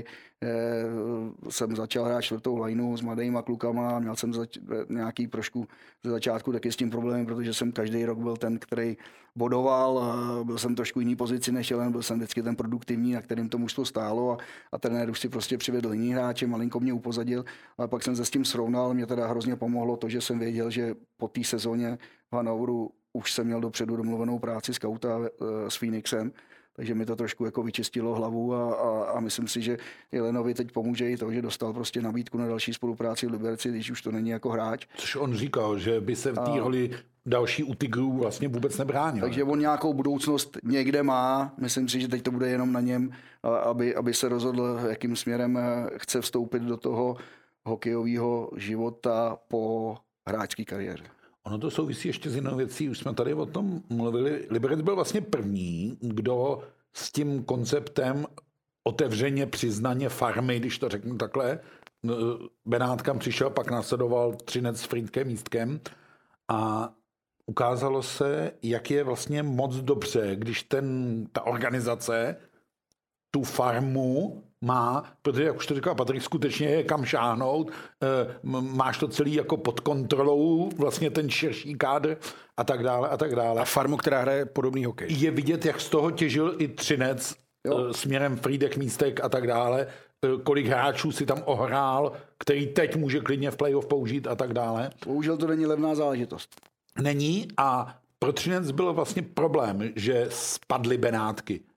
jsem začal hrát 4. lineu s mladýma klukama, měl jsem nějaký trošku ze začátku taky s tím problémem, protože jsem každý rok byl ten, který bodoval, byl jsem trošku jiný pozici než Jelen, byl jsem vždycky ten produktivní, na kterým to mužstvo stálo a trenér už si prostě přivedl jiný hráče, malinko mě upozadil, ale pak jsem se s tím srovnal, mě teda hrozně pomohlo to, že jsem věděl, že po té sezóně v Hannoveru už jsem měl dopředu domluvenou práci skauta s Phoenixem, takže mi to trošku jako vyčistilo hlavu a myslím si, že Jelenovi teď pomůže i to, že dostal prostě nabídku na další spolupráci v Liberci, když už to není jako hráč. Což on říkal, že by se v té roli další u Tigrů vlastně vůbec nebránil. Takže on nějakou budoucnost někde má. Myslím si, že teď to bude jenom na něm, aby se rozhodl, jakým směrem chce vstoupit do toho hokejového života po hráčské kariéře. Ono to souvisí ještě s jinou věcí, už jsme tady o tom mluvili. Liberec byl vlastně první, kdo s tím konceptem otevřeně, přiznaně farmy, když to řeknu takhle, Benátkam přišel, pak následoval Třinec s Frýdkem Místkem a ukázalo se, jak je vlastně moc dobře, když ta organizace tu farmu má, protože, jak už to říkal Patrik, skutečně je kam šáhnout, máš to celý jako pod kontrolou, vlastně ten širší kádr a tak dále a tak dále. A farmu, která hraje podobný hokej. Je vidět, jak z toho těžil i Třinec směrem Frýdek, Místek a tak dále, kolik hráčů si tam ohrál, který teď může klidně v playoff použít a tak dále. Bohužel to není levná záležitost. Není a pro Třinec byl vlastně problém, že spadly Benátky.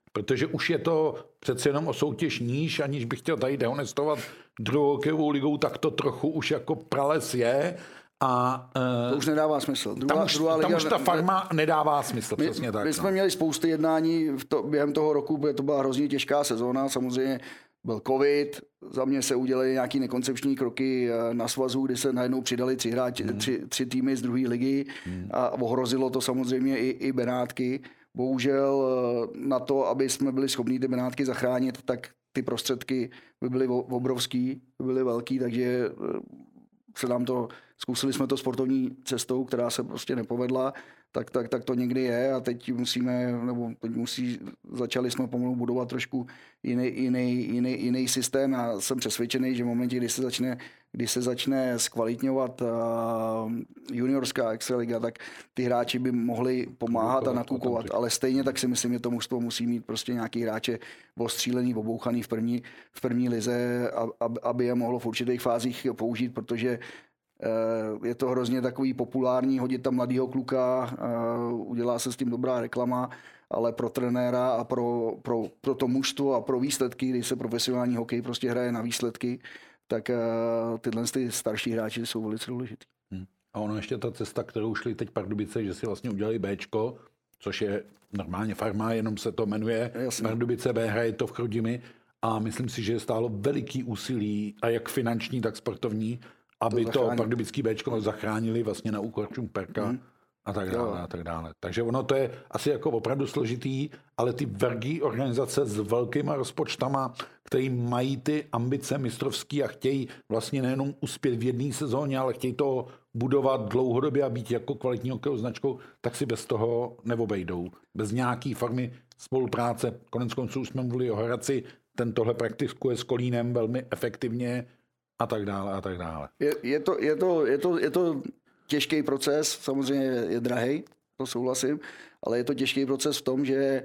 Protože už je to přece jenom o soutěž níž, aniž bych chtěl tady dehonestovat druhou hokejovou ligou, tak to trochu už jako prales je. A, to už nedává smysl. Tam už ta farma nedává smysl, přesně tak. My jsme měli spousty jednání během toho roku, protože to byla hrozně těžká sezóna, samozřejmě byl covid, za mě se udělaly nějaké nekoncepční kroky na svazu, kdy se najednou přidali tři týmy z druhé ligy a ohrozilo to samozřejmě i Benátky. Bohužel na to, aby jsme byli schopni ty Benátky zachránit, tak ty prostředky by byly obrovský, by byly velký, takže se nám to, zkusili jsme to sportovní cestou, která se prostě nepovedla, tak to někdy je a teď začali jsme pomalu budovat trošku jiný systém a jsem přesvědčený, že v momentě, kdy se začne zkvalitňovat juniorská extraliga, tak ty hráči by mohli pomáhat a nakukovat, ale stejně tak si myslím, že to mužstvo musí mít prostě nějaký hráče ostřílený, obouchaný v první lize, aby je mohlo v určitých fázích použít, protože je to hrozně takový populární, hodit tam mladýho kluka, udělá se s tím dobrá reklama, ale pro trenéra a pro to mužstvo a pro výsledky, když se profesionální hokej prostě hraje na výsledky, tak tyhle starší hráči jsou velice důležitý. A ono ještě ta cesta, kterou šli teď Pardubice, že si vlastně udělali Bčko, což je normálně farma, jenom se to jmenuje Pardubice B, hraje to v Chrudimi a myslím si, že je stálo veliký úsilí, a jak finanční, tak sportovní, aby to pardubický Bčko zachránili vlastně na úkor Čumperka a tak dále, a tak dále. Takže ono to je asi jako opravdu složitý, ale ty vergý organizace s velkýma rozpočtama, který mají ty ambice mistrovský a chtějí vlastně nejenom uspět v jedné sezóně, ale chtějí to budovat dlouhodobě a být jako kvalitní hokejovou značkou, tak si bez toho neobejdou. Bez nějaký formy spolupráce. Konec konců jsme mluvili o Hradci, ten tohle praktikuje s Kolínem velmi efektivně, a tak dále, a tak dále. Je to těžký proces, samozřejmě je drahej, to souhlasím, ale je to těžký proces v tom, že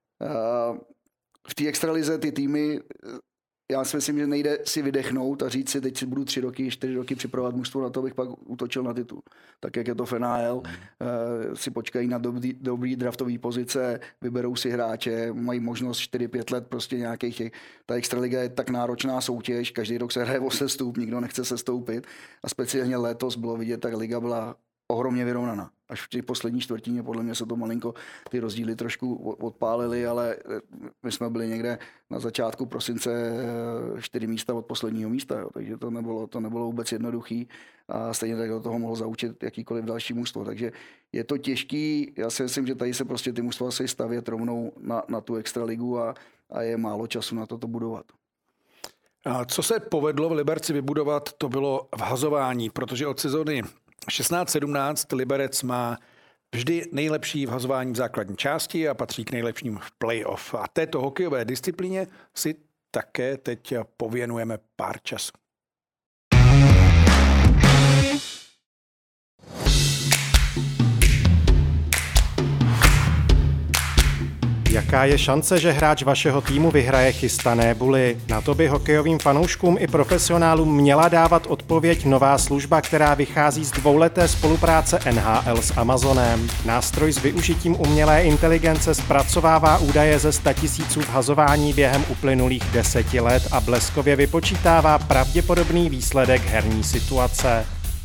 v té extralize ty týmy, já si myslím, že nejde si vydechnout a říct si, teď si budu 3 roky, 4 roky připravovat mužstvo na to, abych pak útočil na titul. Tak jak je to v NHL, si počkají na dobrý draftové pozice, vyberou si hráče, mají možnost 4-5 let prostě nějakých. Ta extraliga je tak náročná soutěž, každý rok se hraje o sestup, nikdo nechce sestoupit a speciálně letos bylo vidět, tak liga byla ohromně vyrovnaná. Až v té poslední čtvrtině podle mě se to malinko ty rozdíly trošku odpálily, ale my jsme byli někde na začátku prosince 4 místa od posledního místa, jo. Takže to nebylo vůbec jednoduchý a stejně tak do toho mohlo zaučit jakýkoliv další mužstvo. Takže je to těžký, já si myslím, že tady se prostě ty mužstva se stavět rovnou na tu extraligu a je málo času na to budovat. A co se povedlo v Liberci vybudovat, to bylo vhazování, protože od sezony 16-17 Liberec má vždy nejlepší vhazování v základní části a patří k nejlepším v playoff. A této hokejové disciplíně si také teď pověnujeme pár času. Jaká je šance, že hráč vašeho týmu vyhraje chystané buly? Na to by hokejovým fanouškům i profesionálům měla dávat odpověď nová služba, která vychází z 2leté spolupráce NHL s Amazonem. Nástroj s využitím umělé inteligence zpracovává údaje ze 100 000 vhazování během uplynulých 10 let a bleskově vypočítává pravděpodobný výsledek herní situace.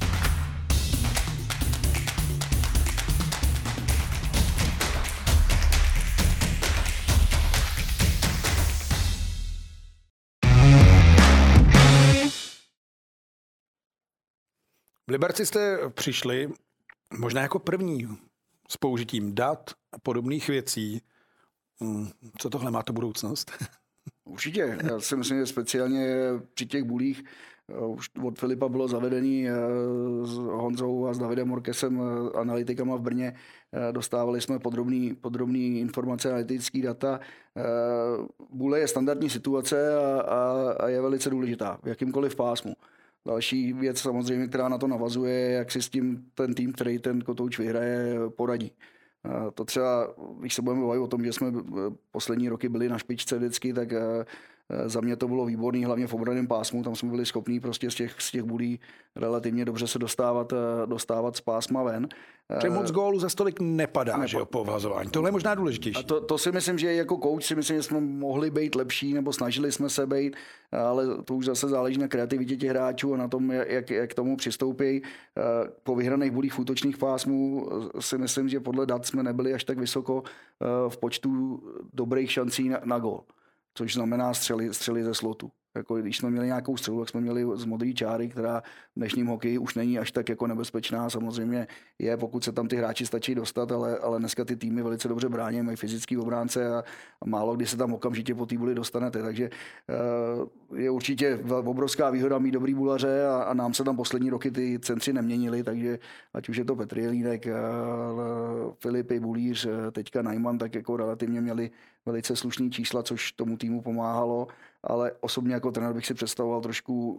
V Liberci jste přišli možná jako první s použitím dat a podobných věcí. Co tohle má to budoucnost? Určitě. Já si myslím, že speciálně při těch bulích už od Filipa bylo zavedený s Honzou a s Davidem Morkesem analytikama v Brně. Dostávali jsme podrobný informace, analytický data. Bule je standardní situace a je velice důležitá v jakýmkoliv pásmu. Další věc samozřejmě, která na to navazuje, jak si s tím ten tým, který ten kotouč vyhraje, poradí. To třeba, když se budeme bavit o tom, že jsme poslední roky byli na špičce vždycky, tak za mě to bylo výborný, hlavně v obranném pásmu, tam jsme byli schopní prostě z těch bulí relativně dobře se dostávat z pásma ven. Že moc gólů za stolik nepadá, že jo, po vhazování. Tohle je možná důležitější. A to si myslím, že jako coach si myslím, že jsme mohli být lepší, nebo snažili jsme se být, ale to už zase záleží na kreativitě těch hráčů a na tom, jak k tomu přistoupí. Po vyhraných bulích v útočných pásmů si myslím, že podle dat jsme nebyli až tak vysoko v počtu dobrých šancí na gól, což znamená střely ze slotu. Jako, když jsme měli nějakou střelu, tak jsme měli z modré čáry, která v dnešním hokeji už není až tak jako nebezpečná. Samozřejmě je, pokud se tam ty hráči stačí dostat, ale dneska ty týmy velice dobře brání, mají fyzický obránce a málo kdy se tam okamžitě po té buli dostanete. Takže je určitě obrovská výhoda mít dobrý bulaře a nám se tam poslední roky ty centři neměnili, takže ať už je to Petr Jelínek, Filipy, Bulíř, teďka Najman, tak jako relativně měli velice slušný čísla, což tomu týmu pomáhalo, ale osobně jako trenér bych si představoval trošku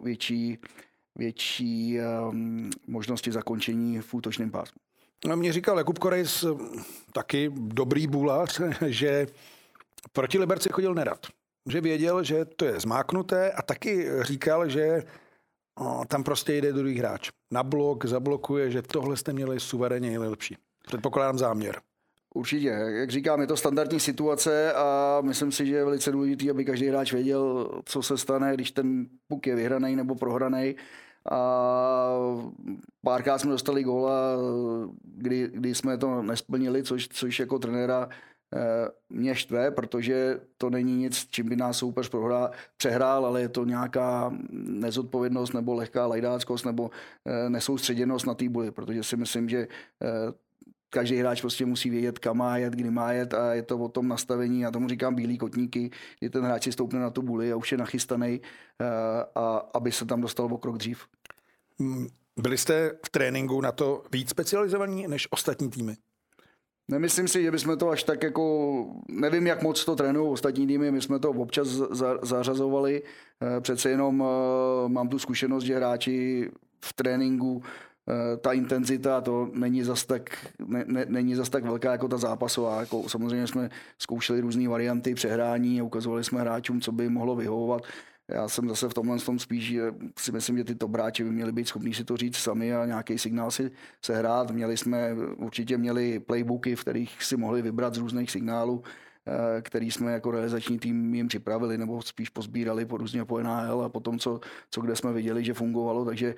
větší možnosti zakončení v útočném pásmu. No, mě říkal Jakub Korejs, taky dobrý bůlař, že proti Liberci chodil nerad. Že věděl, že to je zmáknuté a taky říkal, že tam prostě jde druhý hráč. Na blok, zablokuje, že tohle jste měli suverénně nejlepší. Předpokládám záměr. Určitě, jak říkám, je to standardní situace a myslím si, že je velice důležité, aby každý hráč věděl, co se stane, když ten puk je vyhraný nebo prohraný. A párkrát jsme dostali góla, kdy jsme to nesplnili, což jako trenéra mě štve, protože to není nic, čím by nás soupeř přehrál, ale je to nějaká nezodpovědnost nebo lehká lajdáckost nebo nesoustředěnost na té buli, protože si myslím, že každý hráč prostě musí vědět, kam má jet, kdy má jet a je to o tom nastavení, já tomu říkám bílý kotníky, kdy ten hráč si stoupne na tu buli a už je nachystaný, a aby se tam dostal o krok dřív. Byli jste v tréninku na to víc specializovaní než ostatní týmy? Nemyslím si, že bychom to až tak jako, nevím, jak moc to trénují ostatní týmy, my jsme to občas zařazovali, přece jenom mám tu zkušenost, že hráči v tréninku ta intenzita to není zas tak velká jako ta zápasová. Jako, samozřejmě jsme zkoušeli různé varianty přehrání a ukazovali jsme hráčům, co by mohlo vyhovovat. Já jsem zase v tomhle spíš, že si myslím, že ty top hráči by měli být schopní si to říct sami a nějaký signál si sehrát. Určitě měli playbooky, v kterých si mohli vybrat z různých signálů, který jsme jako realizační tým jim připravili nebo spíš pozbírali různě po NHL a potom, co kde jsme viděli, že fungovalo, takže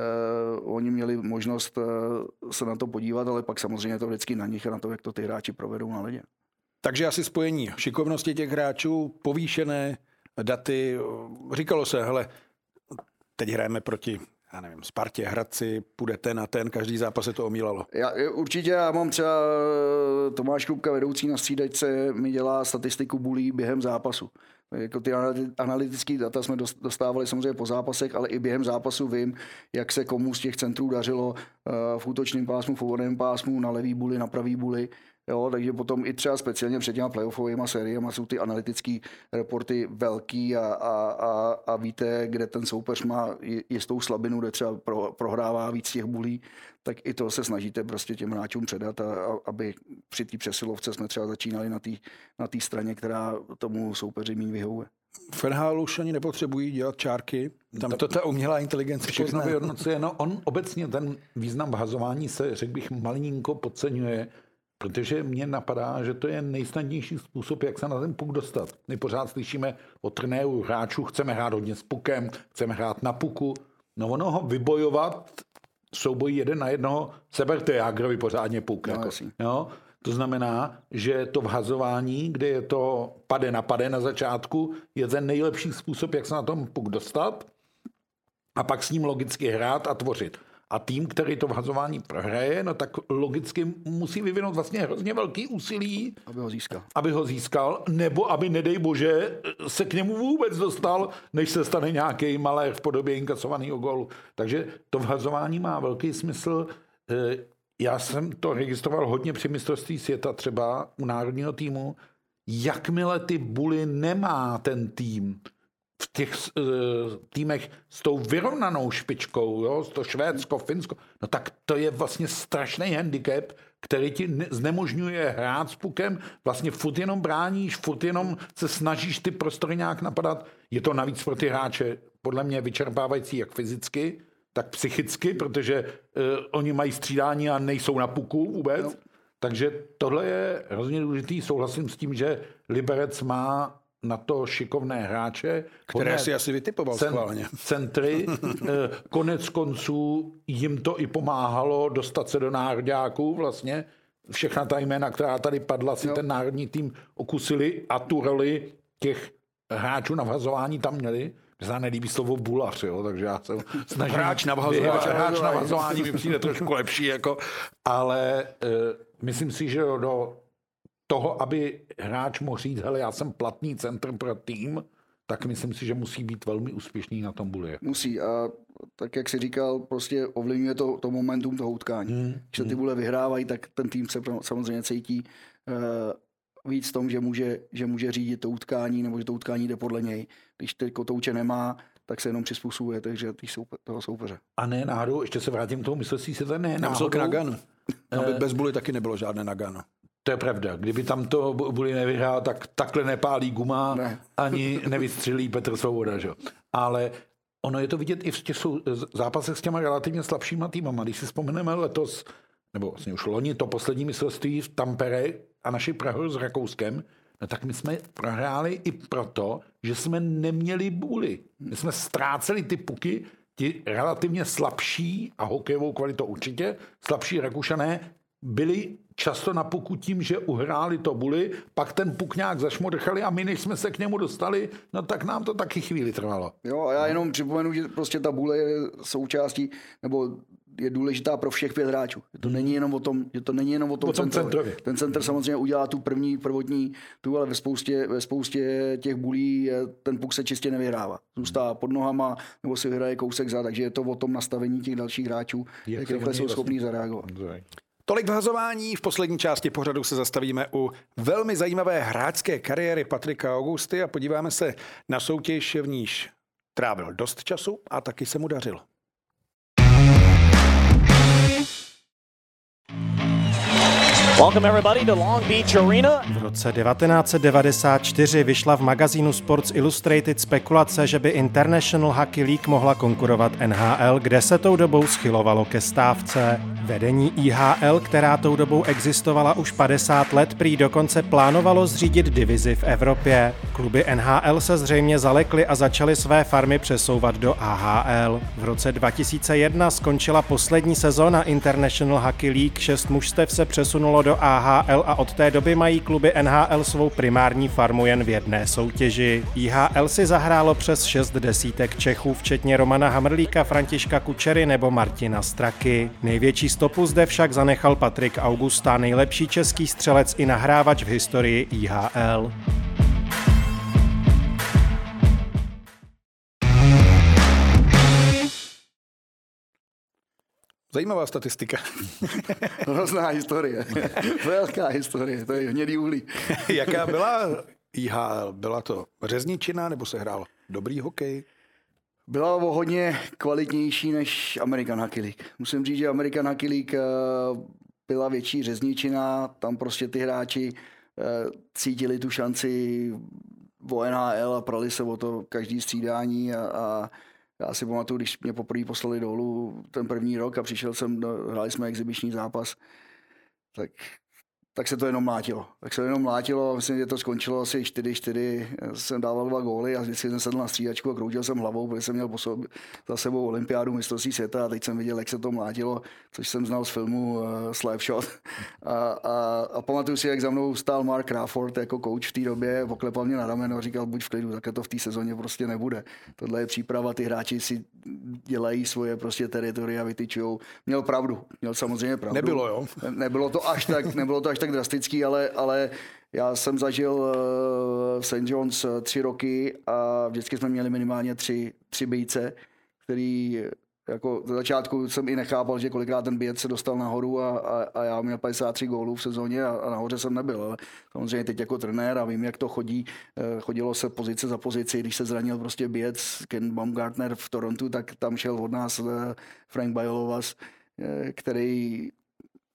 oni měli možnost se na to podívat, ale pak samozřejmě to vždycky na nich a na to, jak to ty hráči provedou na ledě. Takže asi spojení šikovnosti těch hráčů, povýšené daty, říkalo se, hele, teď hrajeme proti Spartě, Hradci, půjde ten a ten, každý zápas se to omílalo. Určitě já mám třeba Tomáš Krupka, vedoucí na střídačce, mi dělá statistiku bulí během zápasu. Jako ty analytické data jsme dostávali samozřejmě po zápasech, ale i během zápasu vím, jak se komu z těch centrů dařilo v útočném pásmu, v obranném pásmu, na levý buli, na pravý buli. Jo, takže potom i třeba speciálně před těma playoffovými sériemi jsou ty analytické reporty velký a víte, kde ten soupeř má jistou slabinu, kde třeba prohrává víc těch bulí, tak i to se snažíte prostě těm hráčům předat, aby při té přesilovce jsme třeba začínali na té straně, která tomu soupeři méně vyhovuje. V NHL už ani nepotřebují dělat čárky, tam to ta umělá inteligence všechno vyhodnocuje. No, on obecně ten význam vhazování se, řekl bych, malinko podceňuje, protože mně napadá, že to je nejsnadnější způsob, jak se na ten puk dostat. My pořád slyšíme od trenérů hráčů, chceme hrát hodně s pukem, chceme hrát na puku. No ono ho vybojovat souboj 1 na 1, seberte Jágrovi pořádně puk. No, jako, jo? To znamená, že to vhazování, kde je to pade na začátku, je ten nejlepší způsob, jak se na tom puk dostat a pak s ním logicky hrát a tvořit. A tým, který to vhazování prohraje, no tak logicky musí vyvinout vlastně hrozně velký úsilí, aby ho získal, nebo aby, nedej bože, se k němu vůbec dostal, než se stane nějaký malér v podobě inkasovaného gólu. Takže to vhazování má velký smysl. Já jsem to registroval hodně při mistrovství světa, třeba u národního týmu. Jakmile ty buly nemá ten tým, v těch týmech s tou vyrovnanou špičkou, jo, to Švédsko, Finsko, no tak to je vlastně strašný handicap, který ti znemožňuje hrát s pukem, vlastně furt jenom bráníš, furt jenom se snažíš ty prostory nějak napadat. Je to navíc pro ty hráče podle mě vyčerpávající jak fyzicky, tak psychicky, protože oni mají střídání a nejsou na puku vůbec. No. Takže tohle je hrozně důležitý. Souhlasím s tím, že Liberec má na to šikovné hráče. Které si asi vytipoval schválně. Centry. Konec konců jim to i pomáhalo dostat se do národňáků vlastně. Všechna ta jména, která tady padla, si ten národní tým okusili a tu roli těch hráčů na vhazování tam měli. Mně se nelíbí slovo bulař, jo, takže já se snažím... Hráč na vhazování mi přijde trošku lepší, jako... Ale myslím si, že do toho, aby hráč mohl říct, hele, já jsem platný centr pro tým, tak myslím si, že musí být velmi úspěšný na tom buli. Musí a tak, jak jsi říkal, prostě ovlivňuje to momentum toho utkání. Když se ty bule vyhrávají, tak ten tým se samozřejmě cítí víc v tom, že může řídit to utkání, nebo že to utkání jde podle něj. Když teď kotouče nemá, tak se jenom přizpůsobuje toho soupeře. A ne náhodou, ještě se vrátím k tomu, myslíš si to ne náhodou? K Naganu. Bez buly taky nebylo žádné Nagano. To je pravda. Kdyby tam to Buli nevyhrál, tak takhle nepálí guma, ani nevystřelí Petr Svoboda. Že? Ale ono je to vidět i v těch zápasech s těma relativně slabšíma týmama. Když si vzpomeneme letos, nebo vlastně už loni, to poslední mistrovství v Tampere a naši prohru s Rakouskem, no tak my jsme prohráli i proto, že jsme neměli Buli. My jsme ztráceli ty puky, ti relativně slabší, a hokejovou kvalitou určitě, slabší Rakušané, byli často na puku tím, že uhráli to Buli, pak ten puk nějak zašmodrchali a my, než jsme se k němu dostali, no tak nám to taky chvíli trvalo. Jo, a já jenom připomenu, že prostě ta Bule je součástí, nebo je důležitá pro všech 5 hráčů. To není jenom o tom, že to není jenom o tom centrovi. Ten centr samozřejmě udělá tu prvotní, ale ve spoustě těch bulí ten puk se čistě nevyhrává. Zůstává pod nohama nebo si vyhraje kousek za, takže je to o tom nastavení těch dalších hráčů, jak rychle jsou schopní zareagovat. Tolik vhazování. V poslední části pořadu se zastavíme u velmi zajímavé hráčské kariéry Patrika Augusty a podíváme se na soutěž, v níž trávil dost času a taky se mu dařilo. Welcome everybody to Long Beach Arena. V roce 1994 vyšla v magazínu Sports Illustrated spekulace, že by International Hockey League mohla konkurovat NHL, kde se tou dobou schylovalo ke stávce. Vedení IHL, která tou dobou existovala už 50 let, prý dokonce plánovalo zřídit divizi v Evropě. Kluby NHL se zřejmě zalekly a začaly své farmy přesouvat do AHL. V roce 2001 skončila poslední sezóna International Hockey League, 6 mužstev se přesunulo do AHL a od té doby mají kluby NHL svou primární farmu jen v jedné soutěži. IHL si zahrálo přes 6 desítek Čechů, včetně Romana Hamrlíka, Františka Kučery nebo Martina Straky. Největší stopu zde však zanechal Patrik Augusta, nejlepší český střelec i nahrávač v historii IHL. Zajímavá statistika. Hrozná historie. Velká historie. To je hnědý uhlí. Jaká byla IHL? Byla to řezničina nebo se hrál dobrý hokej? Byla o hodně kvalitnější než American Hockey League. Musím říct, že American Hockey League byla větší řezničina. Tam prostě ty hráči cítili tu šanci o NHL a prali se o to každý střídání a já si pamatuju, když mě poprvé poslali dolů ten první rok a přišel jsem, hráli jsme exibiční zápas, tak se to jenom mlátilo. Myslím, že to skončilo asi 4-4. Jsem dával 2 góly a vždycky jsem sedl na střídačku a kroutil jsem hlavou, protože jsem měl za sebou olympiádu mistrovství světa a teď jsem viděl, jak se to mlátilo, což jsem znal z filmu Slapshot. A pamatuju si, jak za mnou stál Mark Crawford jako coach v té době, poklepal mě na rameno a říkal, buď v klidu, takhle to v té sezóně prostě nebude. Tohle je příprava, ty hráči si dělají svoje prostě teritoria, vytyčujou. Měl pravdu, měl samozřejmě pravdu. Nebylo, jo? Nebylo to až tak drastický, ale já jsem zažil v St. John's 3 roky a vždycky jsme měli minimálně 3 bejce, který jako za začátku jsem i nechápal, že kolikrát ten běc se dostal nahoru a já měl 53 gólů v sezóně a nahoře jsem nebyl. Ale samozřejmě teď jako trenér a vím, jak to chodí. Chodilo se pozice za pozici, když se zranil prostě běc Ken Baumgartner v Torontu, tak tam šel od nás Frank Bajolovas, který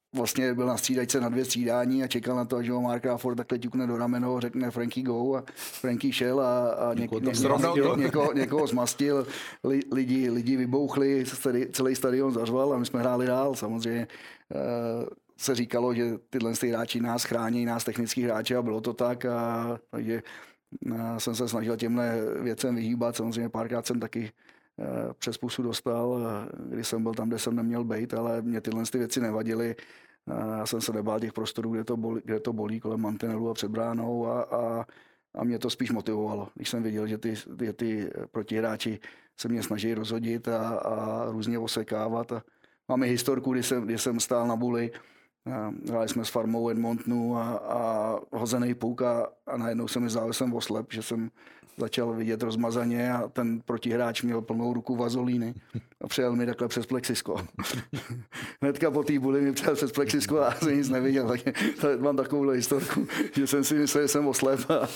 vlastně byl na střídačce na 2 střídání a čekal na to, až ho Mark Crawford takhle ťukne do rameno, řekne Frankie go a Frankie šel a někoho zmastil, lidi vybouchli, celý stadion zařval a my jsme hráli dál. Samozřejmě se říkalo, že tyhle hráči nás chrání, nás technický hráči a bylo to tak, takže jsem se snažil těmhle věcem vyhýbat. Samozřejmě párkrát jsem taky přes pusu dostal, když jsem byl tam, kde jsem neměl být, ale mě tyhle věci nevadily. Já jsem se nebál těch prostorů, kde to bolí kolem mantinelu a před bránou a mě to spíš motivovalo, když jsem viděl, že ty protihráči se mě snaží rozhodit a různě osekávat. A máme historku, kdy jsem stál na buli, hráli jsme s Farmou Edmontonu a hozený puk a najednou se mi zdálo, že jsem oslep, že jsem začal vidět rozmazaně a ten protihráč měl plnou ruku vazolíny a přijel mi takhle přes plexisko. Hnedka po té buli mi přijel přes plexisko a jsem nic neviděl. Tak mám takovou historku, že jsem si myslel, že jsem oslep a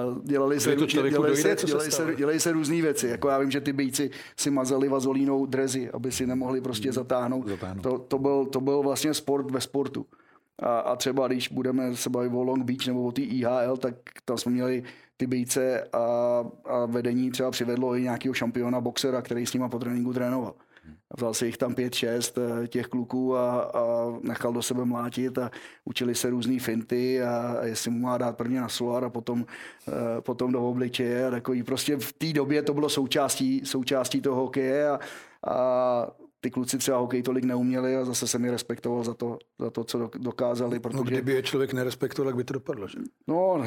dělají se různé věci. Jako já vím, že ty bejci si mazali vazolínou drezy, aby si nemohli prostě zatáhnout. To byl vlastně sport ve sportu. A třeba když budeme se bavit o Long Beach nebo o té IHL, tak tam jsme měli ty bejce a vedení třeba přivedlo i nějakého šampiona boxera, který s nima po tréninku trénoval. Vzal si jich tam 5-6 těch kluků a nechal do sebe mlátit a učili se různý finty a jestli mu má dát prvně na solár a potom do obličeje a takový. Prostě v té době to bylo součástí toho hokeje a ty kluci třeba hokej tolik neuměli a zase jsem je respektoval za to, co dokázali. Protože... No, kdyby je člověk nerespektoval, tak by to dopadlo, že? No,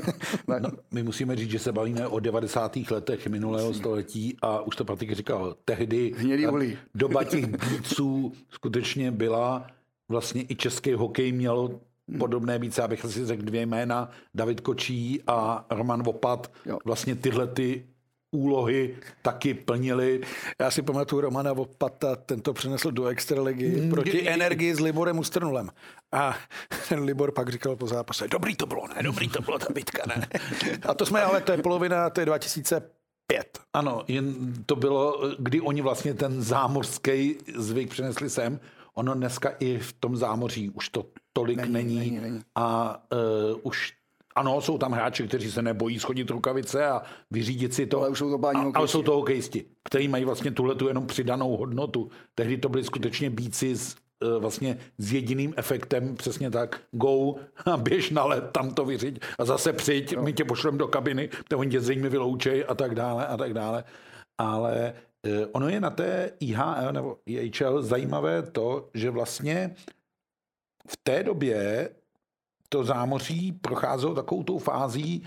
my musíme říct, že se bavíme o 90. letech minulého století a už to Patrik říkal, tehdy doba těch bíců skutečně byla, vlastně i český hokej měl podobné více, abych si řekl 2 jména, David Kočí a Roman Vopat, vlastně tyhle ty úlohy taky plnili. Já si pamatuju Romana Vopata, ten to přenesl do extraligy proti Energii s Liborem Ustrnulem. A ten Libor pak říkal po zápase, dobrý to bylo ta bitka, ne. A to je polovina, to je 2005. Ano, jen to bylo, kdy oni vlastně ten zámořský zvyk přenesli sem. Ono dneska i v tom zámoří už to tolik není. A už ano, jsou tam hráči, kteří se nebojí schodit rukavice a vyřídit si to. Ale už jsou to ale jsou to hokejisti, kteří mají vlastně tuhletu jenom přidanou hodnotu. Tehdy to byli skutečně bíci vlastně s jediným efektem, přesně tak, go a běž na led, tam to vyřiď a zase přijď, my tě pošlem do kabiny, to oni tě zřejmě vyloučej a tak dále. Ale ono je na té IHL nebo IHL zajímavé to, že vlastně v té době to zámoří procházelo takovou tou fází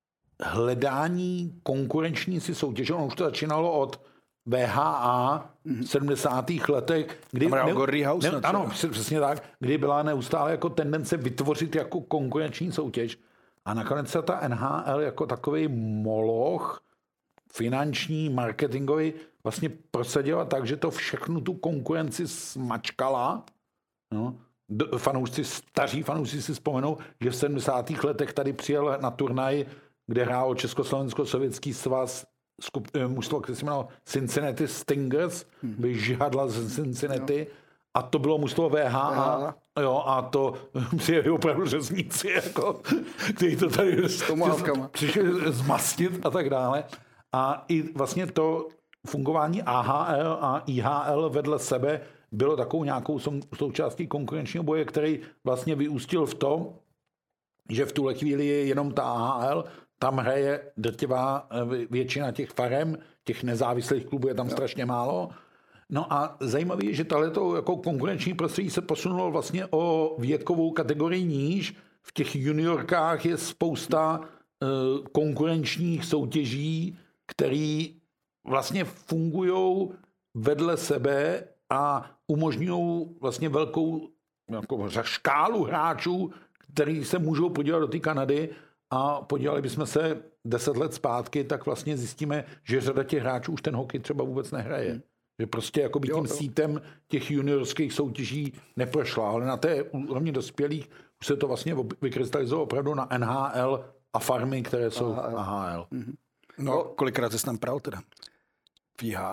hledání konkurenční si soutěže. Ono už to začínalo od VHA v 70. letech, kdy ano, přesně tak, kdy byla neustále jako tendence vytvořit jako konkurenční soutěž. A nakonec se ta NHL jako takový moloch finanční, marketingový vlastně prosadila tak, že to všechnu tu konkurenci smačkala. No. Staří fanoušci si vzpomenou, že v 70. letech tady přijel na turnaj, kde hrálo Československo-sovětský svaz mužstvo, které se jmenovalo Cincinnati Stingers, by žihadla z Cincinnati a to bylo mužstvo VHA. Jo, a to přijeli opravdu řezníci, jako, kteří to tady přišli zmastit a tak dále. A i vlastně to fungování AHL a IHL vedle sebe bylo takovou nějakou součástí konkurenčního boje, který vlastně vyústil v to, že v tuhle chvíli je jenom ta AHL, tam hraje drtivá většina těch farem, těch nezávislých klubů je tam strašně málo. No a zajímavé je, že tohleto jako konkurenční prostředí se posunulo vlastně o věkovou kategorii níž. V těch juniorkách je spousta konkurenčních soutěží, které vlastně fungují vedle sebe a umožňují vlastně velkou jako škálu hráčů, kteří se můžou podívat do té Kanady a podívali bychom se 10 let zpátky, tak vlastně zjistíme, že řada těch hráčů už ten hokej třeba vůbec nehraje. Že prostě jakoby tím sítem těch juniorských soutěží neprošla, ale na té úrovni dospělých už se to vlastně vykrystalizovalo opravdu na NHL a farmy, které jsou AHL. No, kolikrát jsi tam pral teda? V IHL.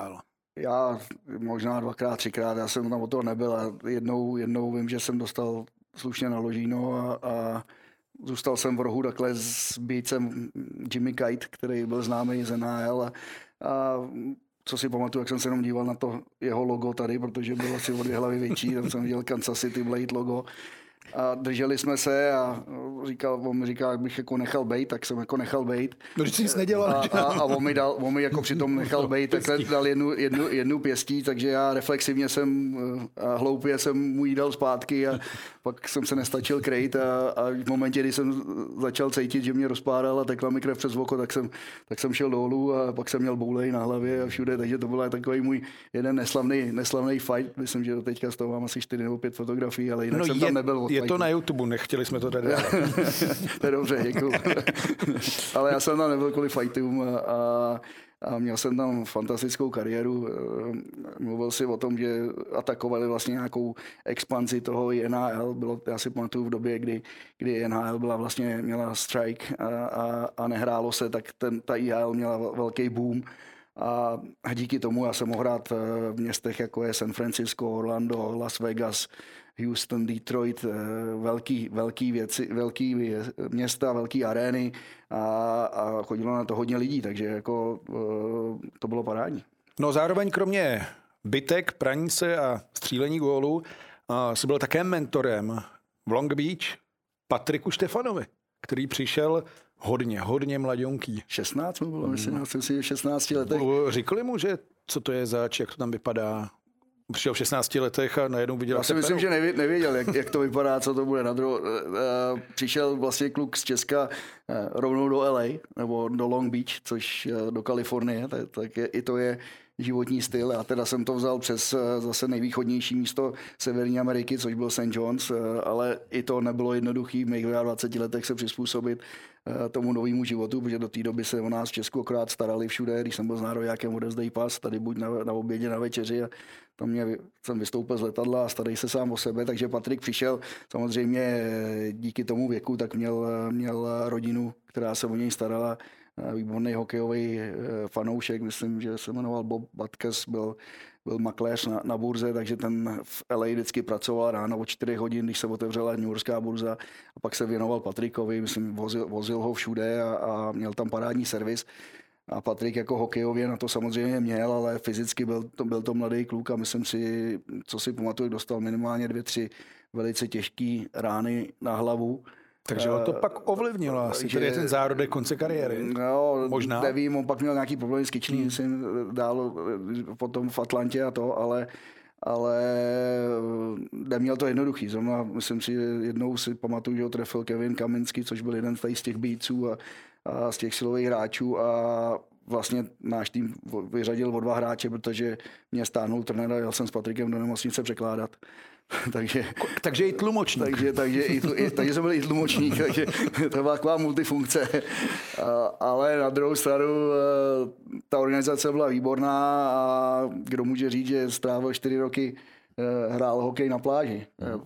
Já možná 2x, 3x, já jsem tam o toho nebyl a jednou vím, že jsem dostal slušně na ložíno a zůstal jsem v rohu takhle s býcem Jimmy Kite, který byl známý z NHL a co si pamatuju, jak jsem se jenom díval na to jeho logo tady, protože bylo asi o 2 hlavy větší, tam jsem viděl Kansas City Blade logo. A drželi jsme se a on mi říkal, jak bych jako nechal bejt, tak jsem jako nechal bejt. No, když jsi nic nedělal. A on mi jako přitom nechal bejt, takhle dal jednu pěstí, takže já reflexivně a hloupě jsem mu jí dal zpátky a pak jsem se nestačil krejt a v momentě, kdy jsem začal cítit, že mě rozpáral a tekla mi krev přes oko, tak jsem šel dolů a pak jsem měl boulej na hlavě a všude, takže to byl takový můj jeden neslavný fight. Myslím, že do teďka z toho mám asi 4 nebo 5 fotografií, ale jinak jsem tam nebyl. Je to na YouTube, nechtěli jsme to tady. To je dobře, děkuju. Ale já jsem tam nebyl kvůli fightům a měl jsem tam fantastickou kariéru. Mluvil si o tom, že atakovali vlastně nějakou expanzi toho NHL. Já si pamatuju v době, kdy NHL měla strike a nehrálo se, tak ta IHL měla velký boom. A díky tomu já jsem mohl hrát v městech, jako je San Francisco, Orlando, Las Vegas, Houston, Detroit, velký města, velký arény a chodilo na to hodně lidí, takže jako to bylo parádní. No zároveň kromě bitek, praní se a střílení gólů jsi byl také mentorem v Long Beach Patriku Štefanovi, který přišel hodně mladionký. 16 mu bylo, myslím si, v 16 letech. Říkali mu, že co to je zač, jak to tam vypadá? Přišel v 16 letech a najednou viděl. Já si myslím, že nevěděl, jak to vypadá, co to bude. Přišel vlastně kluk z Česka rovnou do LA, nebo do Long Beach, což do Kalifornie, tak i to je životní styl. A teda jsem to vzal přes zase nejvýchodnější místo Severní Ameriky, což byl St. John's, ale i to nebylo jednoduché v mých 20 letech se přizpůsobit tomu novému životu, protože do té doby se o nás v Česku akorát starali všude, když jsem byl s nároďákem, odevzdej pas, tady buď na obědě, na večeři a tam jsem vystoupil z letadla a starej se sám o sebe, takže Patrik přišel samozřejmě díky tomu věku, tak měl rodinu, která se o něj starala, výborný hokejový fanoušek, myslím, že se jmenoval Bob Butkus, byl makléř na burze, takže ten v LA vždycky pracoval ráno o 4 hodin, když se otevřela New Yorkská burza a pak se věnoval Patrikovi, myslím, vozil ho všude a měl tam parádní servis. A Patrik jako hokejově na to samozřejmě měl, ale fyzicky byl to mladý kluk a myslím si, co si pamatuju, dostal minimálně 2-3 velice těžké rány na hlavu. Takže ho to pak ovlivnilo asi, který je ten zárodek konce kariéry. No, možná. Nevím, on pak měl nějaký problém s kyčlí, myslím, dál potom v Atlantě a to, ale neměl to jednoduchý. Zrovna, myslím si, jednou si pamatuju, že ho trefil Kevin Kaminsky, což byl jeden z těch býců a z těch silových hráčů a vlastně náš tým vyřadil o 2 hráče, protože mě stáhnul trenér a jel jsem s Patrikem do nemocnice překládat. takže i tlumočník. Takže jsem byl i tlumočník, takže to byla taková multifunkce. Ale na druhou stranu ta organizace byla výborná a kdo může říct, že strávil 4 roky hrál hokej na pláži.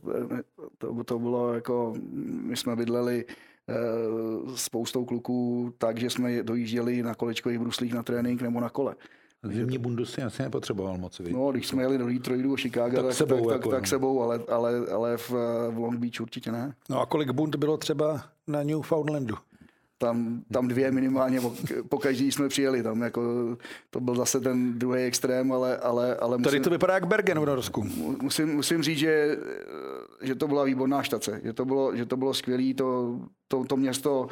To bylo jako, my jsme bydleli spoustou kluků tak, že jsme dojížděli na kolečkových bruslích na trénink nebo na kole. Zimní bundu si asi nepotřeboval moc. No, když jsme jeli do Detroitu a Chicago, tak sebou, ale v Long Beach určitě ne. No a kolik bund bylo třeba na Newfoundlandu? Tam 2 minimálně, po každý jsme přijeli, tam jako, to byl zase ten druhý extrém, ale tady to vypadá jak Bergen v Norsku. Musím říct, že to byla výborná štace, že to bylo skvělý, to město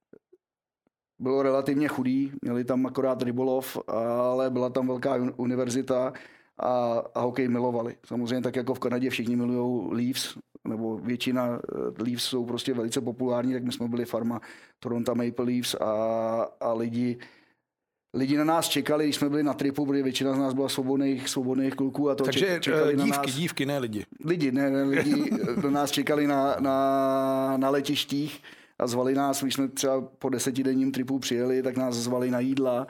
bylo relativně chudý, měli tam akorát rybolov, ale byla tam velká univerzita a hokej milovali. Samozřejmě tak jako v Kanadě všichni milujou Leafs, nebo většina Leafs jsou prostě velice populární, tak my jsme byli farma Toronto Maple Leafs a lidi na nás čekali, když jsme byli na tripu, protože většina z nás byla svobodných kluků. A to takže čekali dívky, ne lidi. Lidi do nás čekali na letištích a zvali nás, když jsme třeba po 10denním tripu přijeli, tak nás zvali na jídla.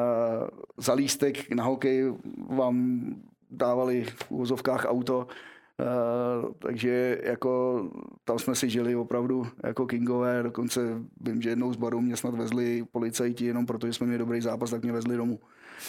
Za lístek na hokej vám dávali v úvozovkách auto Takže jako tam jsme si žili opravdu jako kingové, dokonce vím, že jednou z barů mě snad vezli policajti, jenom protože jsme měli dobrý zápas, tak mě vezli domů.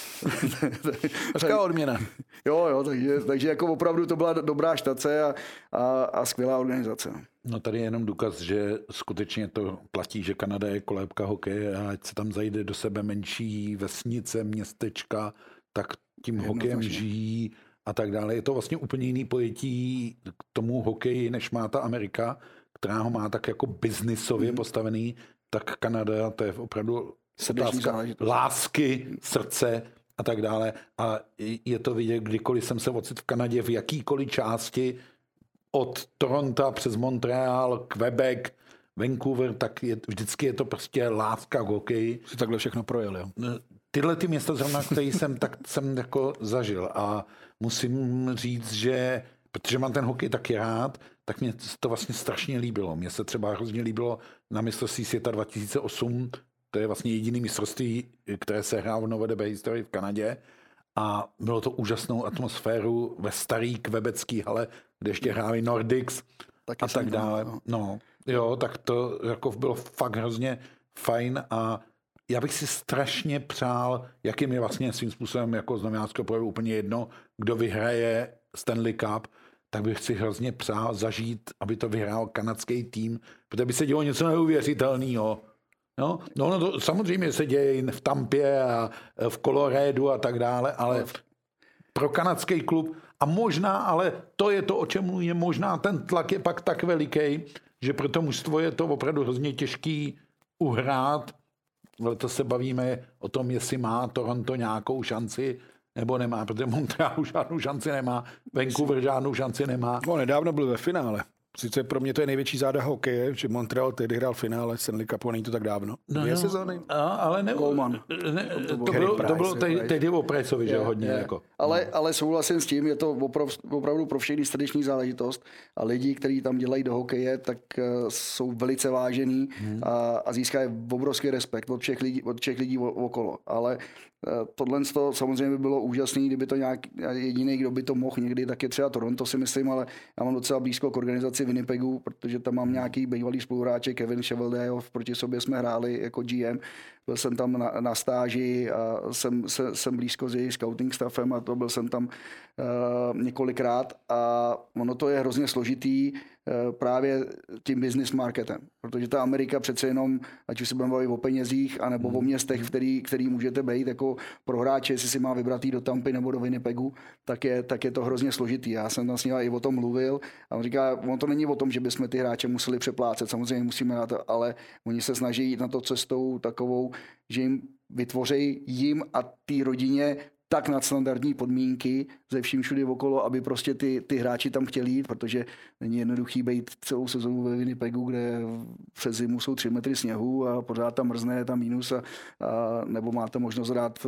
Hezká odměna. Jo, takže jako opravdu to byla dobrá štace a skvělá organizace. No tady je jenom důkaz, že skutečně to platí, že Kanada je kolébka hokeje a ať se tam zajde do sebe menší vesnice, městečka, tak tím hokejem žijí a tak dále. Je to vlastně úplně jiný pojetí k tomu hokeji, než má ta Amerika, která ho má tak jako biznisově postavený, tak Kanada, to je opravdu otázka lásky, srdce a tak dále. A je to vidět, kdykoliv jsem se ocitl v Kanadě, v jakýkoliv části, od Toronto přes Montreal, Quebec, Vancouver, tak vždycky je to prostě láska k hokeji. Si takhle všechno projel, jo? Tyhle ty města zrovna, které jsem jako zažil a musím říct, že protože mám ten hokej taky rád, tak mě to vlastně strašně líbilo. Mně se třeba hrozně líbilo na mistrovství světa 2008, to je vlastně jediný mistrovství, které se hrálo v novodobé historii v Kanadě a bylo to úžasnou atmosféru ve starý quebecký hale, kde ještě hráli Nordics a tak dále. No, jo, tak to jako bylo fakt hrozně fajn a já bych si strašně přál, jak je mi vlastně svým způsobem jako z novinářského projevu úplně jedno, kdo vyhraje Stanley Cup, tak bych si hrozně přál zažít, aby to vyhrál kanadský tým, protože by se dělo něco neuvěřitelného. No, to samozřejmě se děje v Tampě a v Colorédu a tak dále, ale pro kanadský klub a možná, ale to je to, o čem mluvím, možná ten tlak je pak tak veliký, že pro to mužstvo je to opravdu hrozně těžký uhrát. To se bavíme o tom, jestli má Toronto nějakou šanci nebo nemá, protože Montreal žádnou šanci nemá, Vancouver žádnou šanci nemá. No, nedávno byl ve finále. Sice pro mě to je největší záda hokeje, že Montreal tehdy hrál finále Stanley Cupu, není to tak dávno. No, 2 sezóny. Ale to bylo tehdy o Priceovi, že hodně. Jako. Ale souhlasím s tím, je to opravdu pro všechny srdeční záležitost a lidi, kteří tam dělají do hokeje, tak jsou velice vážený a získají obrovský respekt od všech lidí okolo. Ale tohle samozřejmě by bylo úžasné, kdyby to nějak jediný, kdo by to mohl někdy, tak je třeba Toronto, si myslím, ale já mám docela blízko k organizaci Winnipegu, protože tam mám nějaký bývalý spoluhráče, Kevin Cheveldayoff, proti sobě jsme hráli jako GM, byl jsem tam na stáži a jsem blízko s jejich scouting staffem a to byl jsem tam několikrát a ono to je hrozně složitý právě tím business marketem, protože ta Amerika přece jenom, ať už se budeme bavit o penězích, anebo o městech, který můžete být jako pro hráče, jestli si má vybrat do Tampy nebo do Winnipegu, tak je to hrozně složitý. Já jsem tam s ním i o tom mluvil a on říká, ono to není o tom, že bychom ty hráče museli přeplácet, samozřejmě musíme na to, ale oni se snaží jít na to cestou takovou, že jim vytvoří jim a té rodině tak nadstandardní podmínky ze vším všude okolo, aby prostě ty hráči tam chtěli jít, protože není jednoduchý být celou sezonu ve Winnipegu, kde přes zimu jsou 3 metry sněhu a pořád tam mrzne, je tam mínus a nebo máte možnost hrát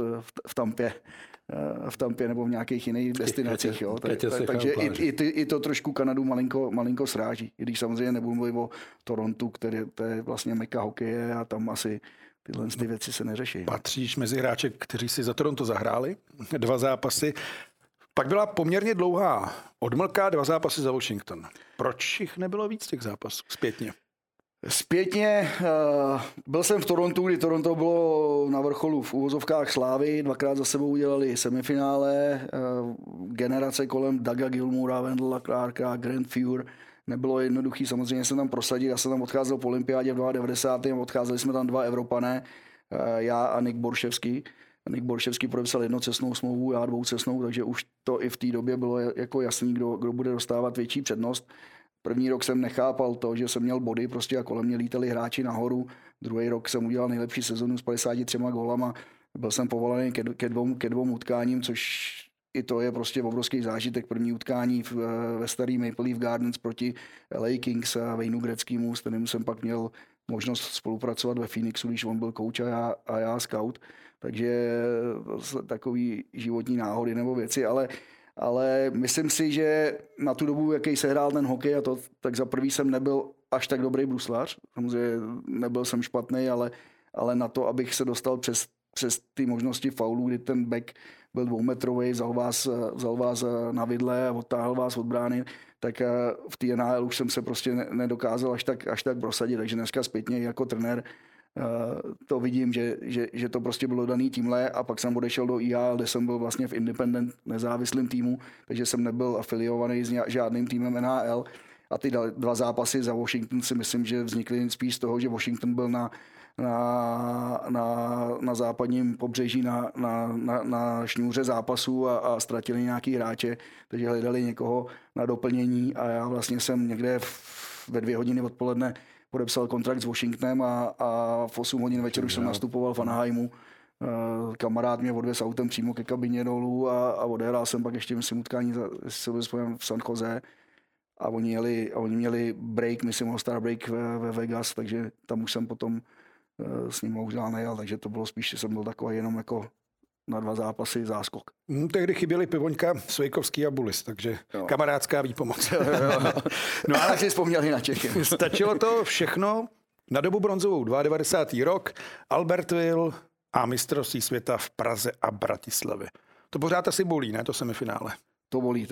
v Tampě nebo v nějakých jiných destinacích. Jo. Takže i to trošku Kanadu malinko sráží. I když samozřejmě nebudu mluvit o Torontu, které to je vlastně meka hokeje a tam asi tyhle ty věci se neřeší. Patříš mezi hráče, kteří si za Toronto zahráli 2 zápasy. Pak byla poměrně dlouhá odmlka, 2 zápasy za Washington. Proč jich nebylo víc těch zápasů zpětně? Zpětně byl jsem v Torontu, kdy Toronto bylo na vrcholu v uvozovkách slávy, 2krát za sebou udělali semifinále, generace kolem Douga Gilmoura, Wendella Clarka, Grant Fuhr. Nebylo jednoduchý, samozřejmě jsem tam prosadit, já jsem tam odcházel po olympiádě v 92. Odcházeli jsme tam 2 Evropané, já a Nick Borševský. Nick Borševský podepsal 1cestnou smlouvu, já 2cestnou, takže už to i v té době bylo jako jasný, kdo bude dostávat větší přednost. První rok jsem nechápal to, že jsem měl body prostě a kolem mě lítali hráči nahoru. Druhý rok jsem udělal nejlepší sezonu s 53 gólama. Byl jsem povolaný ke dvou utkáním, což i to je prostě obrovský zážitek. První utkání ve starý Maple Leaf Gardens proti LA Kings a Waynu Gretzkymu, s kterým jsem pak měl možnost spolupracovat ve Phoenixu, když on byl coach a já scout. Takže takový životní náhody nebo věci, ale myslím si, že na tu dobu, jaký se hrál ten hokej a to, tak za prvý jsem nebyl až tak dobrý bruslař. Samozřejmě nebyl jsem špatný, ale na to, abych se dostal přes ty možnosti faulů, kdy ten back byl 2metrový, vzal vás na vidle a odtáhl vás od brány, tak v té NHL už jsem se prostě nedokázal až tak prosadit, takže dneska zpětně jako trenér to vidím, že to prostě bylo daný tímhle a pak jsem odešel do IHL, kde jsem byl vlastně v independent nezávislým týmu, takže jsem nebyl afiliovaný s žádným týmem NHL a ty 2 zápasy za Washington si myslím, že vznikly spíš z toho, že Washington byl na západním pobřeží na šňůře zápasů a ztratili nějaký hráče, takže hledali někoho na doplnění a já vlastně jsem někde ve 2 hodiny odpoledne podepsal kontrakt s Washingtonem a v 8 hodin večer už jsem nastupoval v Anaheimu. Kamarád mě odvez autem přímo ke kabině dolů a odehrál jsem pak ještě myslím utkání v San Jose a oni měli break, myslím All-Star break ve Vegas, takže tam už jsem potom s ním už dál nejel, takže to bylo spíš, že jsem byl takový jenom jako na 2 zápasy záskok. Tehdy chyběli Pivoňka, Svejkovský a Bulis, takže kamarádská výpomoc. No ale si vzpomněli na Čechy. Stačilo to všechno na dobu bronzovou, 92. rok, Albertville a mistrovství světa v Praze a Bratislavě. To pořád asi bolí, ne, to semifinále? To bolí,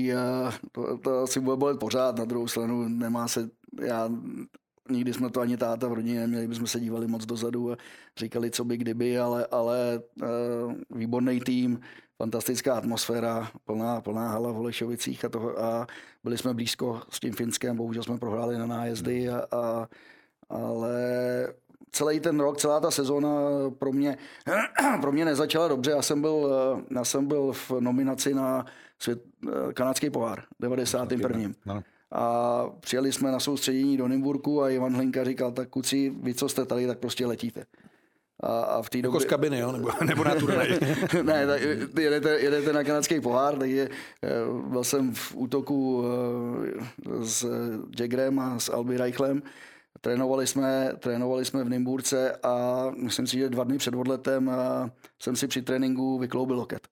to asi bude bolet pořád, na druhou stranu nemá se, nikdy jsme to ani táta v rodině neměli, bychom se dívali moc dozadu a říkali, co by kdyby, ale výborný tým, fantastická atmosféra, plná hala v Holešovicích a byli jsme blízko s tím Finskem, bohužel jsme prohráli na nájezdy, ale celý ten rok, celá ta sezóna pro mě nezačala dobře. Já jsem byl v nominaci na kanadský pohár 91. No. A přijeli jsme na soustředění do Nymburku a Ivan Hlinka říkal, tak kuci, vy co jste tady, tak prostě letíte. A v té době... Jako z kabiny, jo? Nebo na turnaj? Ne, tak jedete na kanadský pohár, takže byl jsem v útoku s Jaggerem a s Alby Reichlem. Trénovali jsme v Nymburce a myslím si, že 2 dny před odletem jsem si při tréninku vykloubil loket.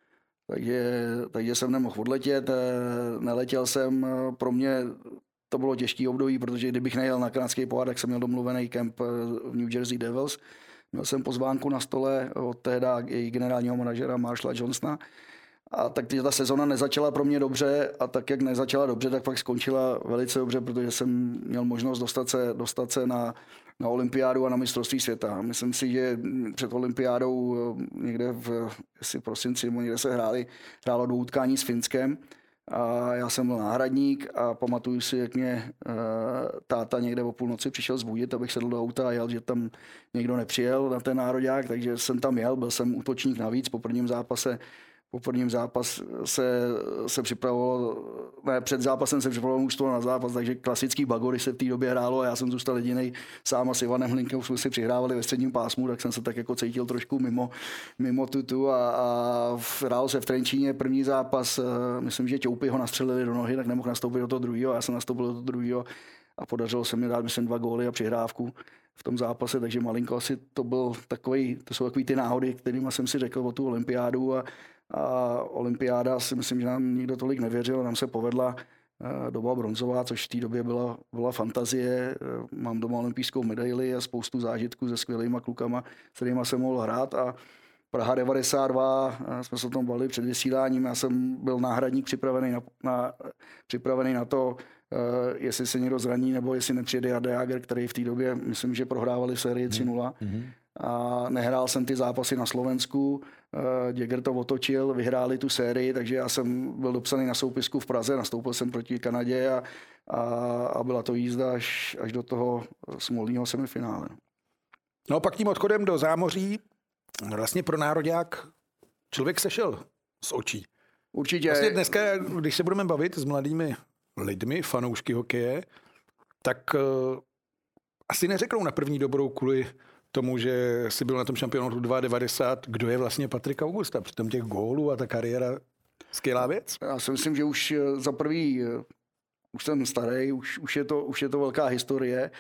Takže jsem nemohl odletět, neletěl jsem, pro mě to bylo těžký období, protože kdybych nejel na kanadský pohár, tak jsem měl domluvený kemp v New Jersey Devils. Měl jsem pozvánku na stole od tehda její generálního manažera Marshalla Johnsona. A tak ta sezona nezačala pro mě dobře a tak, jak nezačala dobře, tak pak skončila velice dobře, protože jsem měl možnost dostat se na olympiádu a na mistrovství světa. Myslím si, že před olympiádou někde v prosinci někde se hrálo 2 utkání s Finskem a já jsem byl náhradník a pamatuju si, jak mě táta někde o půlnoci přišel zbudit, abych sedl do auta a jel, že tam někdo nepřijel na ten nároďák, takže jsem tam jel, byl jsem útočník navíc po prvním zápase. Po prvním zápas se připravoval, před zápasem se připravoval mužstvo na zápas, takže klasický bagory se v té době hrálo a já jsem zůstal jedinej sám a s Ivanem Hlinkou jsme si přihrávali ve středním pásmu, tak jsem se tak jako cítil trošku mimo tutu a hrálo se v Trenčíně první zápas, myslím, že Ťoupy ho nastřelili do nohy, tak nemohl nastoupit do toho druhého, já jsem nastoupil do toho druhého a podařilo se mi dát, myslím, 2 góly a přihrávku v tom zápase, takže malinko asi to jsou takový ty náhody, kterými jsem si řekl o tu olympiádu a olympiáda si myslím, že nám nikdo tolik nevěřil, nám se povedla doba bronzová, což v té době byla fantazie. Mám doma olympijskou medaili a spoustu zážitků se skvělýma klukama, s kterýma jsem mohl hrát a Praha 92, jsme se o tom bavili před vysíláním, já jsem byl náhradník připravený na to, jestli se někdo zraní, nebo jestli nepřijede Jarda Jágr, který v té době, myslím, že prohrávali v sérii 3-0. A nehrál jsem ty zápasy na Slovensku, Jäger to otočil, vyhráli tu sérii, takže já jsem byl dopsaný na soupisku v Praze, nastoupil jsem proti Kanadě a byla to jízda až do toho smolného semifinále. No pak tím odchodem do zámoří vlastně pro nároďák člověk sešel z očí. Určitě. Vlastně dneska, když se budeme bavit s mladými lidmi, fanoušky hokeje, tak asi neřeknou na první dobrou kvůli tomu, že jsi byl na tom šampionátu 92, kdo je vlastně Patrik Augusta. Přitom těch gólů a ta kariéra skvělá věc. Já si myslím, že už za prvý, už jsem starý, už je to velká historie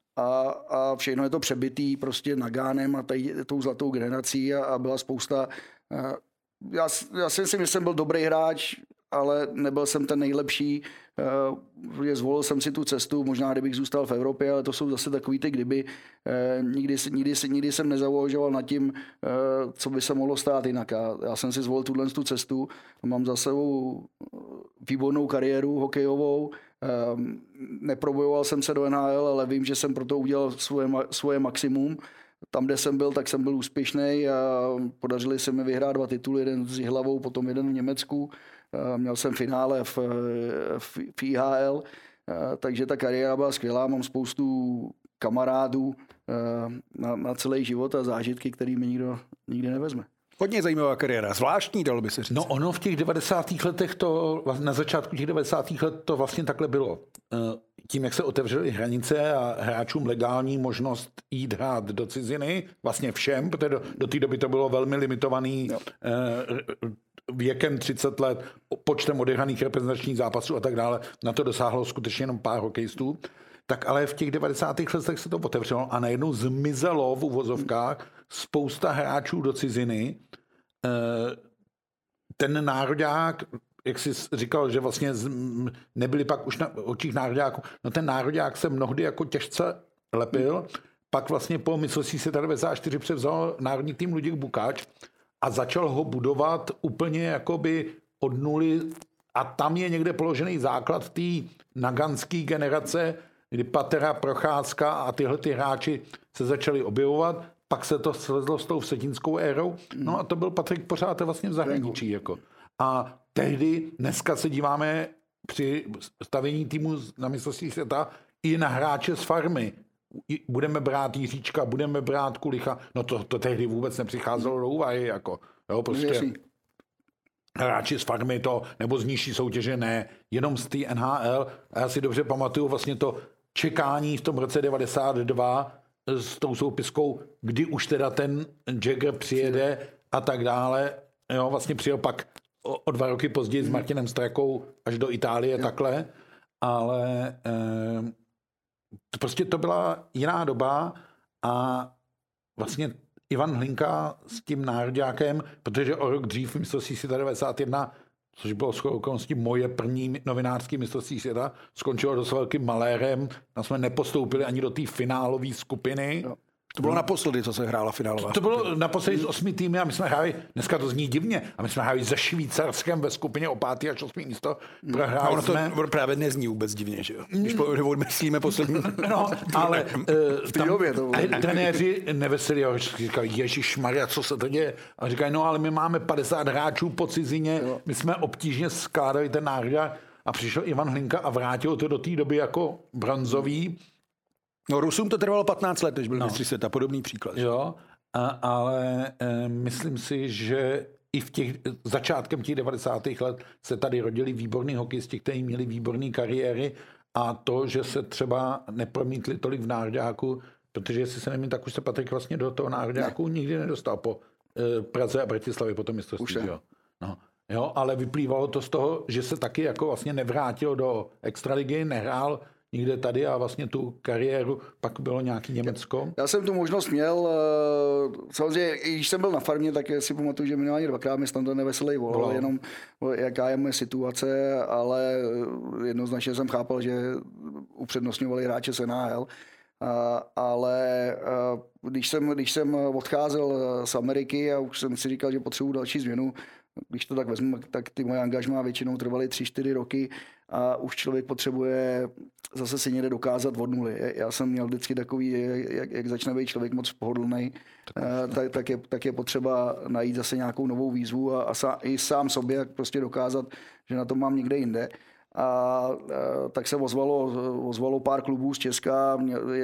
a všechno je to přebitý prostě Nagánem a tou zlatou generací a byla spousta. Já si myslím, že jsem byl dobrý hráč, ale nebyl jsem ten nejlepší. Zvolil jsem si tu cestu, možná kdybych zůstal v Evropě, ale to jsou zase takový ty kdyby. Nikdy jsem nezauvažoval nad tím, co by se mohlo stát jinak. Já jsem si zvolil tu cestu. Mám za sebou výbornou kariéru hokejovou. Neprobojoval jsem se do NHL, ale vím, že jsem pro to udělal svoje maximum. Tam, kde jsem byl, tak jsem byl úspěšný a podařili se mi vyhrát 2 tituly, jeden s Jihlavou, potom jeden v Německu. Měl jsem finále v IHL, takže ta kariéra byla skvělá. Mám spoustu kamarádů na celý život a zážitky, který mi nikdo nikdy nevezme. Hodně zajímavá kariéra, zvláštní, dalo by se říct. No ono v těch 90. letech na začátku těch 90. let to vlastně takhle bylo. Tím, jak se otevřely hranice a hráčům legální možnost jít hrát do ciziny, vlastně všem, protože do té doby to bylo velmi limitovaný věkem 30 let, počtem odehraných reprezentačních zápasů a tak dále. Na to dosáhlo skutečně jenom pár hokejistů. Tak ale v těch 90. letech se to otevřelo a najednou zmizelo v uvozovkách spousta hráčů do ciziny. Ten nároďák, jak jsi říkal, že vlastně nebyli pak už na očích nároďáků, no ten nároďák se mnohdy jako těžce lepil, pak vlastně po mistrovství světa 94 převzal národní tým Luděk Bukáč a začal ho budovat úplně jakoby od nuly a tam je někde položený základ té naganské generace, kdy Patera, Procházka a tyhle ty hráči se začali objevovat, pak se to slezlo s tou vsetinskou érou, no a to byl Patrik Pořád vlastně v zahraničí. Jako. A tehdy, dneska se díváme při stavění týmu na mistrovství světa i na hráče z farmy. Budeme brát Jiříčka, budeme brát Kulicha, no to tehdy vůbec nepřicházelo do úvahy, jako, jo, prostě hráči z farmy to, nebo z nižší soutěže ne, jenom z té NHL. A já si dobře pamatuju vlastně to čekání v tom roce 92 s tou soupiskou, kdy už teda ten Jagger přijede a tak dále. Jo, vlastně přijel pak o 2 roky později s Martinem Strakou až do Itálie takhle, ale prostě to byla jiná doba a vlastně Ivan Hlinka s tím nároďákem, protože o rok dřív mistrovství světa 91, což bylo shodou okolností moje první novinářské mistrovství světa, skončilo dost velkým malérem, tam jsme nepostoupili ani do té finálové skupiny. No. To bylo naposledy, co se hrála finálová. To bylo naposledy s 8 týmy a my jsme hráli, dneska to zní divně, a my jsme hráli se Švýcarskem ve skupině o 5. až 8. místo. Ono to právě nezní vůbec divně, že jo? Když myslíme poslední. No, ale tam trenéři neveselí, říkali, ježišmarja, co se to děje? A říkají, no ale my máme 50 hráčů po cizině, my jsme obtížně skládali ten nároďák a přišel Ivan Hlinka a vrátil to do té doby jako bronzový. No Rusům to trvalo 15 let, než byl mistr světa, podobný příklad. Jo, ale myslím si, že i v těch začátkem těch 90. let se tady rodili výborní hokejisti, kteří měli výborné kariéry a to, že se třeba nepromítli tolik v nároďáku, protože jestli se nemýlím, tak už se Patrik vlastně do toho nároďáku nikdy nedostal po Praze a Bratislavě po tom mistrovství. Jo, ale vyplývalo to z toho, že se taky jako vlastně nevrátil do extraligy, nehrál nikde tady a vlastně tu kariéru, pak bylo nějaký Německo. Já jsem tu možnost měl, samozřejmě, když jsem byl na farmě, tak si pamatuju, že minimálně 2krát mi Standa Neveselý volal, jenom jaká je moje situace, ale jednoznačně jsem chápal, že upřednostňovali hráče z NHL. Ale když jsem odcházel z Ameriky a už jsem si říkal, že potřebuji další změnu, když to tak vezmu, tak ty moje angažmá většinou trvaly 3-4 roky a už člověk potřebuje zase si někde dokázat od nuly. Já jsem měl vždycky takový, jak začne být člověk moc pohodlný, tak je potřeba najít zase nějakou novou výzvu a i sám sobě prostě dokázat, že na to mám někde jinde. A tak se ozvalo pár klubů z Česka,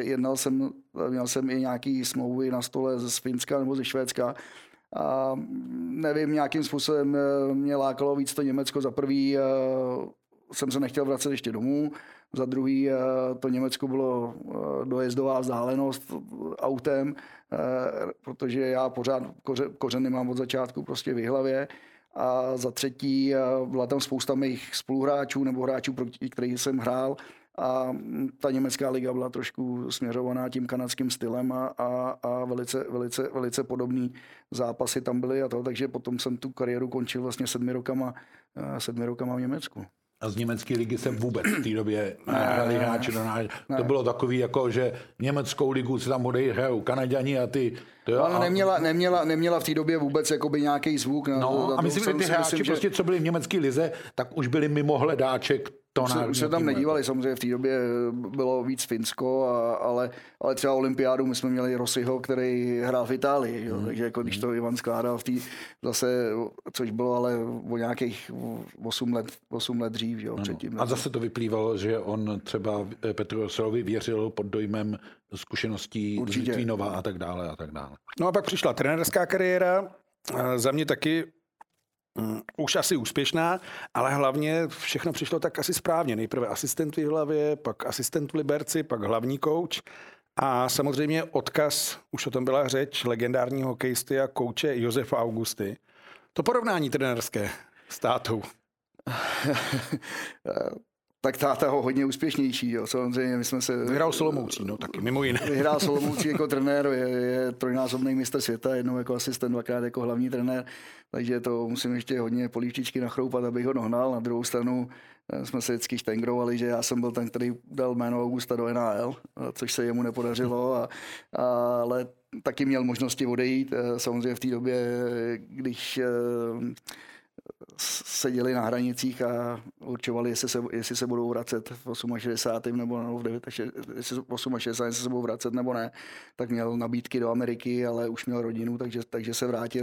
měl jsem i nějaký smlouvy na stole ze Finska nebo ze Švédska. A nevím, nějakým způsobem mě lákalo víc to Německo. Za prvý jsem se nechtěl vracet ještě domů, za druhý to Německo bylo dojezdová vzdálenost autem, protože já pořád kořeny mám od začátku prostě v Jihlavě. A za třetí byla tam spousta mých spoluhráčů nebo hráčů, proti kterých jsem hrál, a ta německá liga byla trošku směřovaná tím kanadským stylem a velice podobný zápasy tam byly a to, takže potom jsem tu kariéru končil vlastně 7 rokama v Německu. A z německé ligy jsem vůbec v té době nehrali hráči. To bylo takový, jako, že německou ligu si tam hrajou Kanaďani a ty... Neměla v té době vůbec jakoby nějaký zvuk. A myslím, že ty hráči, prostě, co byli v německé lize, tak už byli mimo hledáček. Už se tam nedívali, samozřejmě v té době bylo víc Finsko, ale třeba olympiádu my jsme měli Rossiho, který hrál v Itálii, jo, takže jako když to Ivan skládal v té zase, což bylo ale o nějakých 8 let dřív. Jo, předtím. A zase to vyplývalo, že on třeba Petru Rossovi věřil pod dojmem zkušeností z Litvínova a tak dále a tak dále. No a pak přišla trenérská kariéra, za mě taky už asi úspěšná, ale hlavně všechno přišlo tak asi správně. Nejprve asistent v Jihlavě, pak asistent v Liberci, pak hlavní kouč a samozřejmě odkaz, už o tom byla řeč, legendárního hokejisty a kouče Josefa Augusty. To porovnání trenérské s tátou. Tak táta ho hodně úspěšnější, jo. Samozřejmě my jsme se... Vyhrál s Olomoucí, no taky, mimo jiné. Vyhrál s Olomoucí jako trenér, je trojnásobný mistr světa, jednou jako asistent, dvakrát jako hlavní trenér, takže to musím ještě hodně polívčičky nachroupat, abych ho dohnal. Na druhou stranu jsme se vždycky štengrovali, že já jsem byl ten, který dal jméno Augusta do NHL, což se jemu nepodařilo, ale taky měl možnosti odejít. Samozřejmě v té době, když seděli na hranicích a určovali, jestli se budou vracet v 68. nebo v 68. se budou vracet nebo ne, tak měl nabídky do Ameriky, ale už měl rodinu, takže se vrátil.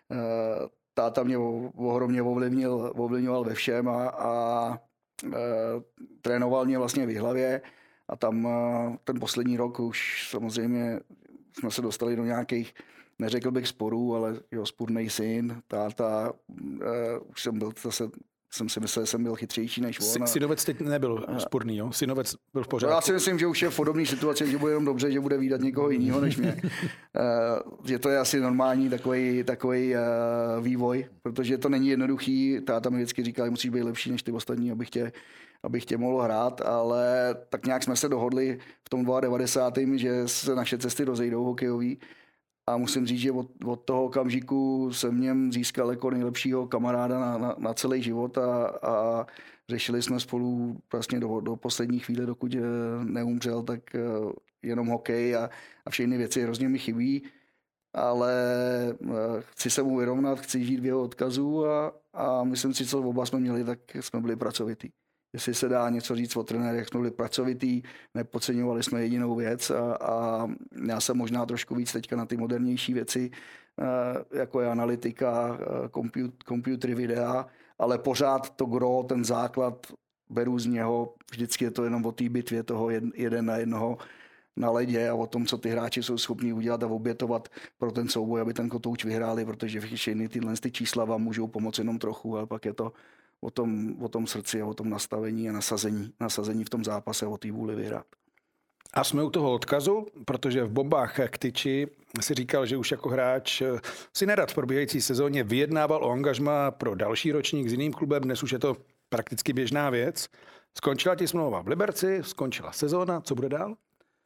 Táta mě ohromně ovlivňoval ve všem a trénoval mě vlastně v Jihlavě a tam ten poslední rok už samozřejmě jsme se dostali do nějakých, neřekl bych sporů, ale jo, spurnej syn, táta, už jsem byl zase, jsem si myslel, že jsem byl chytřejší než on. Synovec teď nebyl spurný, jo? Synovec byl v pořádku. Já si myslím, že už je v podobné situaci, že bude jenom dobře, že bude vídat někoho jiného než mě. Že to je asi normální takový vývoj, protože to není jednoduchý. Táta mi vždycky říkal, že musíš být lepší než ty ostatní, abych tě mohl hrát, ale tak nějak jsme se dohodli v tom 92., že se naše cesty rozejdou hokejový. A musím říct, že od toho okamžiku jsem v něm získal jako nejlepšího kamaráda na celý život a řešili jsme spolu vlastně do poslední chvíle, dokud neumřel, tak jenom hokej a všechny věci hrozně mi chybí, ale chci se mu vyrovnat, chci žít v jeho odkazu a myslím si, co oba jsme měli, tak jsme byli pracovitý. Jestli se dá něco říct o trenérech, jsme byli pracovitý, nepodceňovali jsme jedinou věc a já jsem možná trošku víc teďka na ty modernější věci, jako je analytika, computery, videa, ale pořád to gro, ten základ beru z něho, vždycky je to jenom o té bitvě toho 1-1 na ledě a o tom, co ty hráči jsou schopni udělat a obětovat pro ten souboj, aby ten kotouč vyhráli, protože všechny tyhle čísla vám můžou pomoct jenom trochu, ale pak je to o tom srdci a o tom nastavení a nasazení v tom zápase, o té vůli vyhrát. A jsme u toho odkazu, protože v Bombách k tyči si říkal, že už jako hráč si nerad v probíhající sezóně vyjednával o angažmá pro další ročník s jiným klubem, dnes už je to prakticky běžná věc. Skončila ti smlouva v Liberci, skončila sezóna, co bude dál?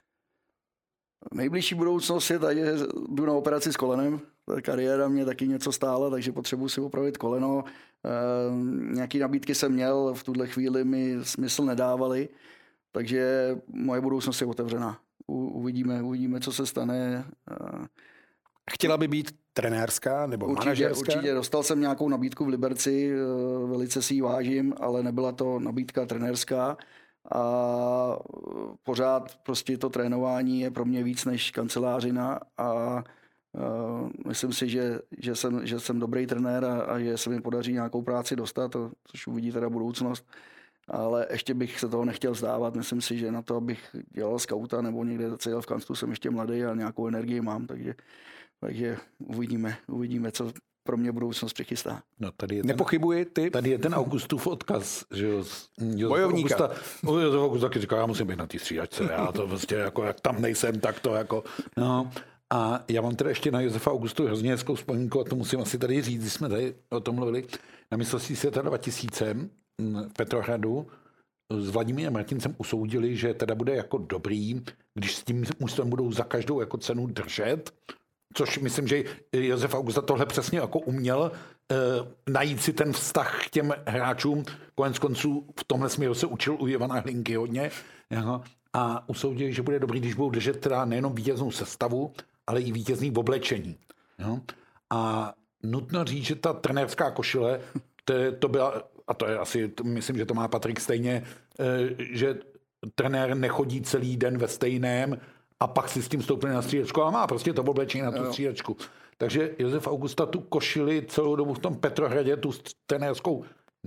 Nejbližší budoucnost je tady, jdu na operaci s kolenem. Ta kariéra mě taky něco stála, takže potřebuji si opravit koleno. Nějaké nabídky jsem měl, v tuhle chvíli mi smysl nedávaly, takže moje budoucnost je otevřená. Uvidíme, co se stane. Chtěla by být trenérská nebo manažerská? Určitě. Dostal jsem nějakou nabídku v Liberci, velice si ji vážím, ale nebyla to nabídka trenérská. A pořád prostě to trénování je pro mě víc než kancelářina a myslím si, že jsem dobrý trenér a že se mi podaří nějakou práci dostat, což uvidí teda budoucnost. Ale ještě bych se toho nechtěl vzdávat. Myslím si, že na to, abych dělal skauta nebo někde cíl v kanclu, jsem ještě mladý a nějakou energii mám, takže uvidíme, co pro mě budoucnost přichystá. No, nepochybuji ty? Tady je ten Augustův odkaz, že bojovníka. Josef August taky říká, já musím být na té střídačce, já to prostě jako, jak tam nejsem, tak to jako, no. A já mám teda ještě na Josefa Augustu hrozně hezkou vzpomínku a to musím asi tady říct, když jsme tady o tom mluvili. Na mistrovství světa 2000 v Petrohradu s Vladimírem Martincem usoudili, že teda bude jako dobrý, když s tím mužstvem budou za každou jako cenu držet, což myslím, že Josef Augusta tohle přesně jako uměl najít si ten vztah k těm hráčům. Konec konců v tomhle směru se učil u Ivana Hlinky hodně. Jo, a usoudili, že bude dobrý, když budou držet teda nejenom vítěznou sestavu, ale i vítězný oblečení. Jo. A nutno říct, že ta trenérská košile, to byla, a to je asi, myslím, že to má Patrik stejně, že trenér nechodí celý den ve stejném a pak si s tím stoupne na střídačku a má prostě to oblečení na tu střídačku. Takže Josef Augusta tu košili celou dobu v tom Petrohradě, tu trenérskou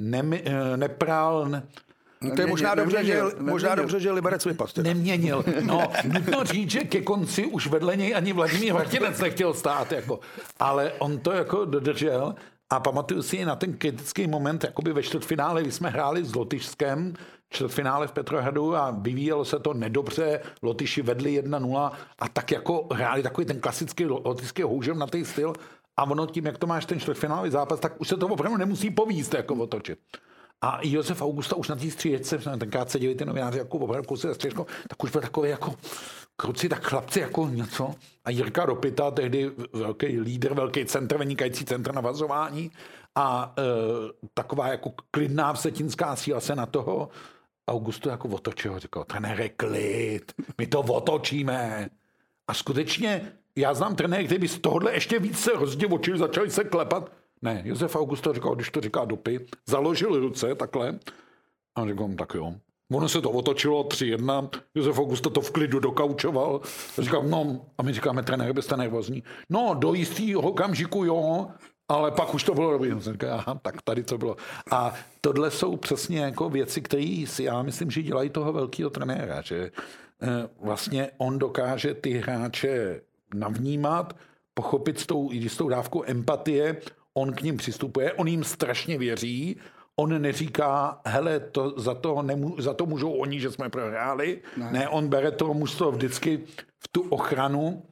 neprál. To je možná dobře, že Liberec vypad. Neměnil. No, nutno říct, že ke konci už vedle něj ani Vladimír Martinec nechtěl stát. Jako. Ale on to jako dodržel a pamatuju si na ten kritický moment jakoby ve čtvrtfinále, kdy jsme hráli s Lotyšskem, čtvrtfinále v Petrohradu a vyvíjelo se to nedobře, Lotyši vedli 1-0 a tak jako hráli takový ten klasický lotyšský houžem na ten styl a ono tím, jak to máš ten čtvrtfinálový zápas, tak už se to opravdu nemusí povíst jako otočit. A Josef Augusta už na té střídečce, tenkrát seděli ty novináři jako opravdu kusy za střídečkou, tak už byl takový jako kruci, tak chlapci jako něco. A Jirka Ropita, tehdy velký lídr, velký centr, vynikající centr na vazování a taková jako klidná vsetinská síla se na toho Augustu jako otočil. Říkal, trenére, klid, my to otočíme. A skutečně, já znám trenéry, který by z tohohle ještě víc se rozdivočili, začali se klepat. Ne, Josef Augusta říkal, když to říká dopy, založil ruce takhle a říkám, tak jo. Ono se to otočilo 3-1, Josef Augusta to v klidu dokaučoval. A říkám, no, a my říkáme, trenér, byste nervózní. No, do jistého okamžiku jo, ale pak už to bylo dobrý. Aha, tak tady to bylo. A tohle jsou přesně jako věci, které si já myslím, že dělají toho velkého trenéra, že vlastně on dokáže ty hráče navnímat, pochopit s tou jistou dávkou empatie, on k ním přistupuje, on jim strašně věří, on neříká, hele, za to můžou oni, že jsme prohráli. Ne, on bere toho mužstvo vždycky v tu ochranu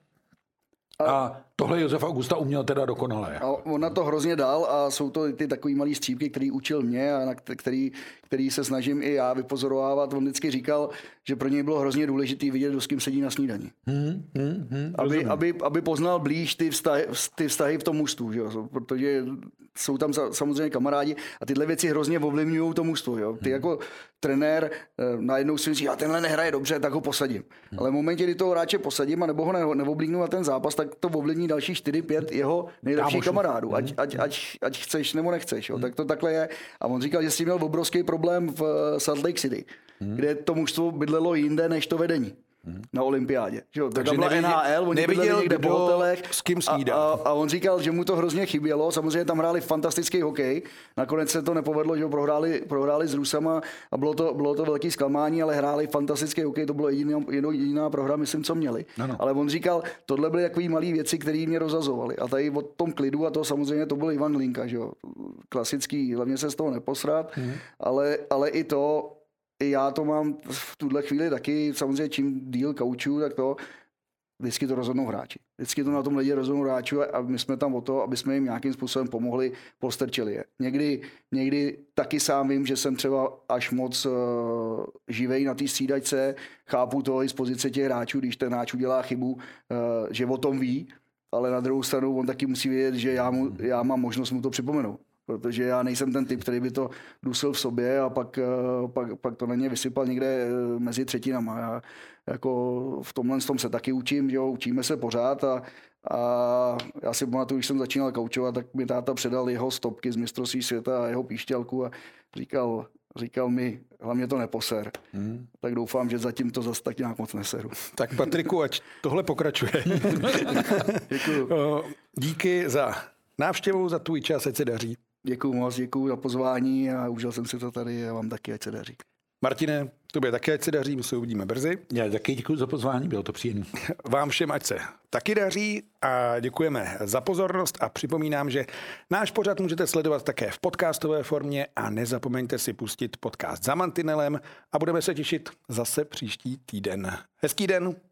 a tohle Josef Augusta uměl teda dokonale. A on na to hrozně dal a jsou to ty takový malý střípky, který učil mě a na který se snažím i já vypozorovávat. On vždycky říkal, že pro něj bylo hrozně důležité vidět, kdo s kým sedí na snídani. Aby poznal blíž ty vztahy v tom mužstvu, že jo? Protože jsou tam samozřejmě kamarádi a tyhle věci hrozně ovlivňují to mužstvo. Jo? Ty jako trenér najednou si myslí, a tenhle nehraje dobře, tak ho posadím. Ale v momentě, kdy toho hráče posadím a nebo ho neoblíknu na ten zápas, tak to ovlivní další 4-5 jeho nejlepších kamarádů. Ať chceš nebo nechceš. Jo? Tak to takhle je. A on říkal, že si měl obrovský problém v Salt Lake City, kde to mužstvo bydlelo jinde než to vedení. Na olympiádě. Takže byla NHL, oni bydleli někde po hotelech s kým snídá. A on říkal, že mu to hrozně chybělo. Samozřejmě tam hráli fantastický hokej. Nakonec se to nepovedlo, že prohráli s Rusama a bylo to velký zklamání, ale hráli fantastický hokej. To bylo jediná prohra, myslím, co měli. Ano. Ale on říkal, tohle byly takové malé věci, které mě rozhazovaly. A tady o tom klidu, a to samozřejmě to byl Ivan Hlinka, že jo. Klasický, hlavně se z toho neposrat, ale i to, já to mám v tuhle chvíli taky, samozřejmě čím díl kauču, tak to vždycky to rozhodnou hráči. Vždycky to na tom lidi rozhodnou hráči a my jsme tam o to, aby jsme jim nějakým způsobem pomohli, postrčili je. Někdy taky sám vím, že jsem třeba až moc živej na té střídačce, chápu to i z pozice těch hráčů, když ten hráč udělá chybu, že o tom ví, ale na druhou stranu on taky musí vědět, že já mám možnost mu to připomenout. Protože já nejsem ten typ, který by to dusil v sobě a pak to na ně vysypal někde mezi třetinama. Já jako v tomhle tom se taky učím, že učíme se pořád a já si pamatuju, když jsem začínal kaučovat, tak mi táta předal jeho stopky z mistrovství světa a jeho píšťalku a říkal mi, hlavně to neposer. Tak doufám, že zatím to zase tak nějak moc neseru. Tak Patriku, ať tohle pokračuje. Děkuju. Díky za návštěvu, za tvůj čas, ať se daří. Děkuju moc, děkuju za pozvání a užil jsem si to tady a vám taky, ať se daří. Martine, tobě taky ať se daří, my se uvidíme brzy. Já taky děkuji za pozvání, bylo to příjemné. Vám všem ať se taky daří a děkujeme za pozornost a připomínám, že náš pořad můžete sledovat také v podcastové formě a nezapomeňte si pustit podcast Za mantinelem a budeme se těšit zase příští týden. Hezký den.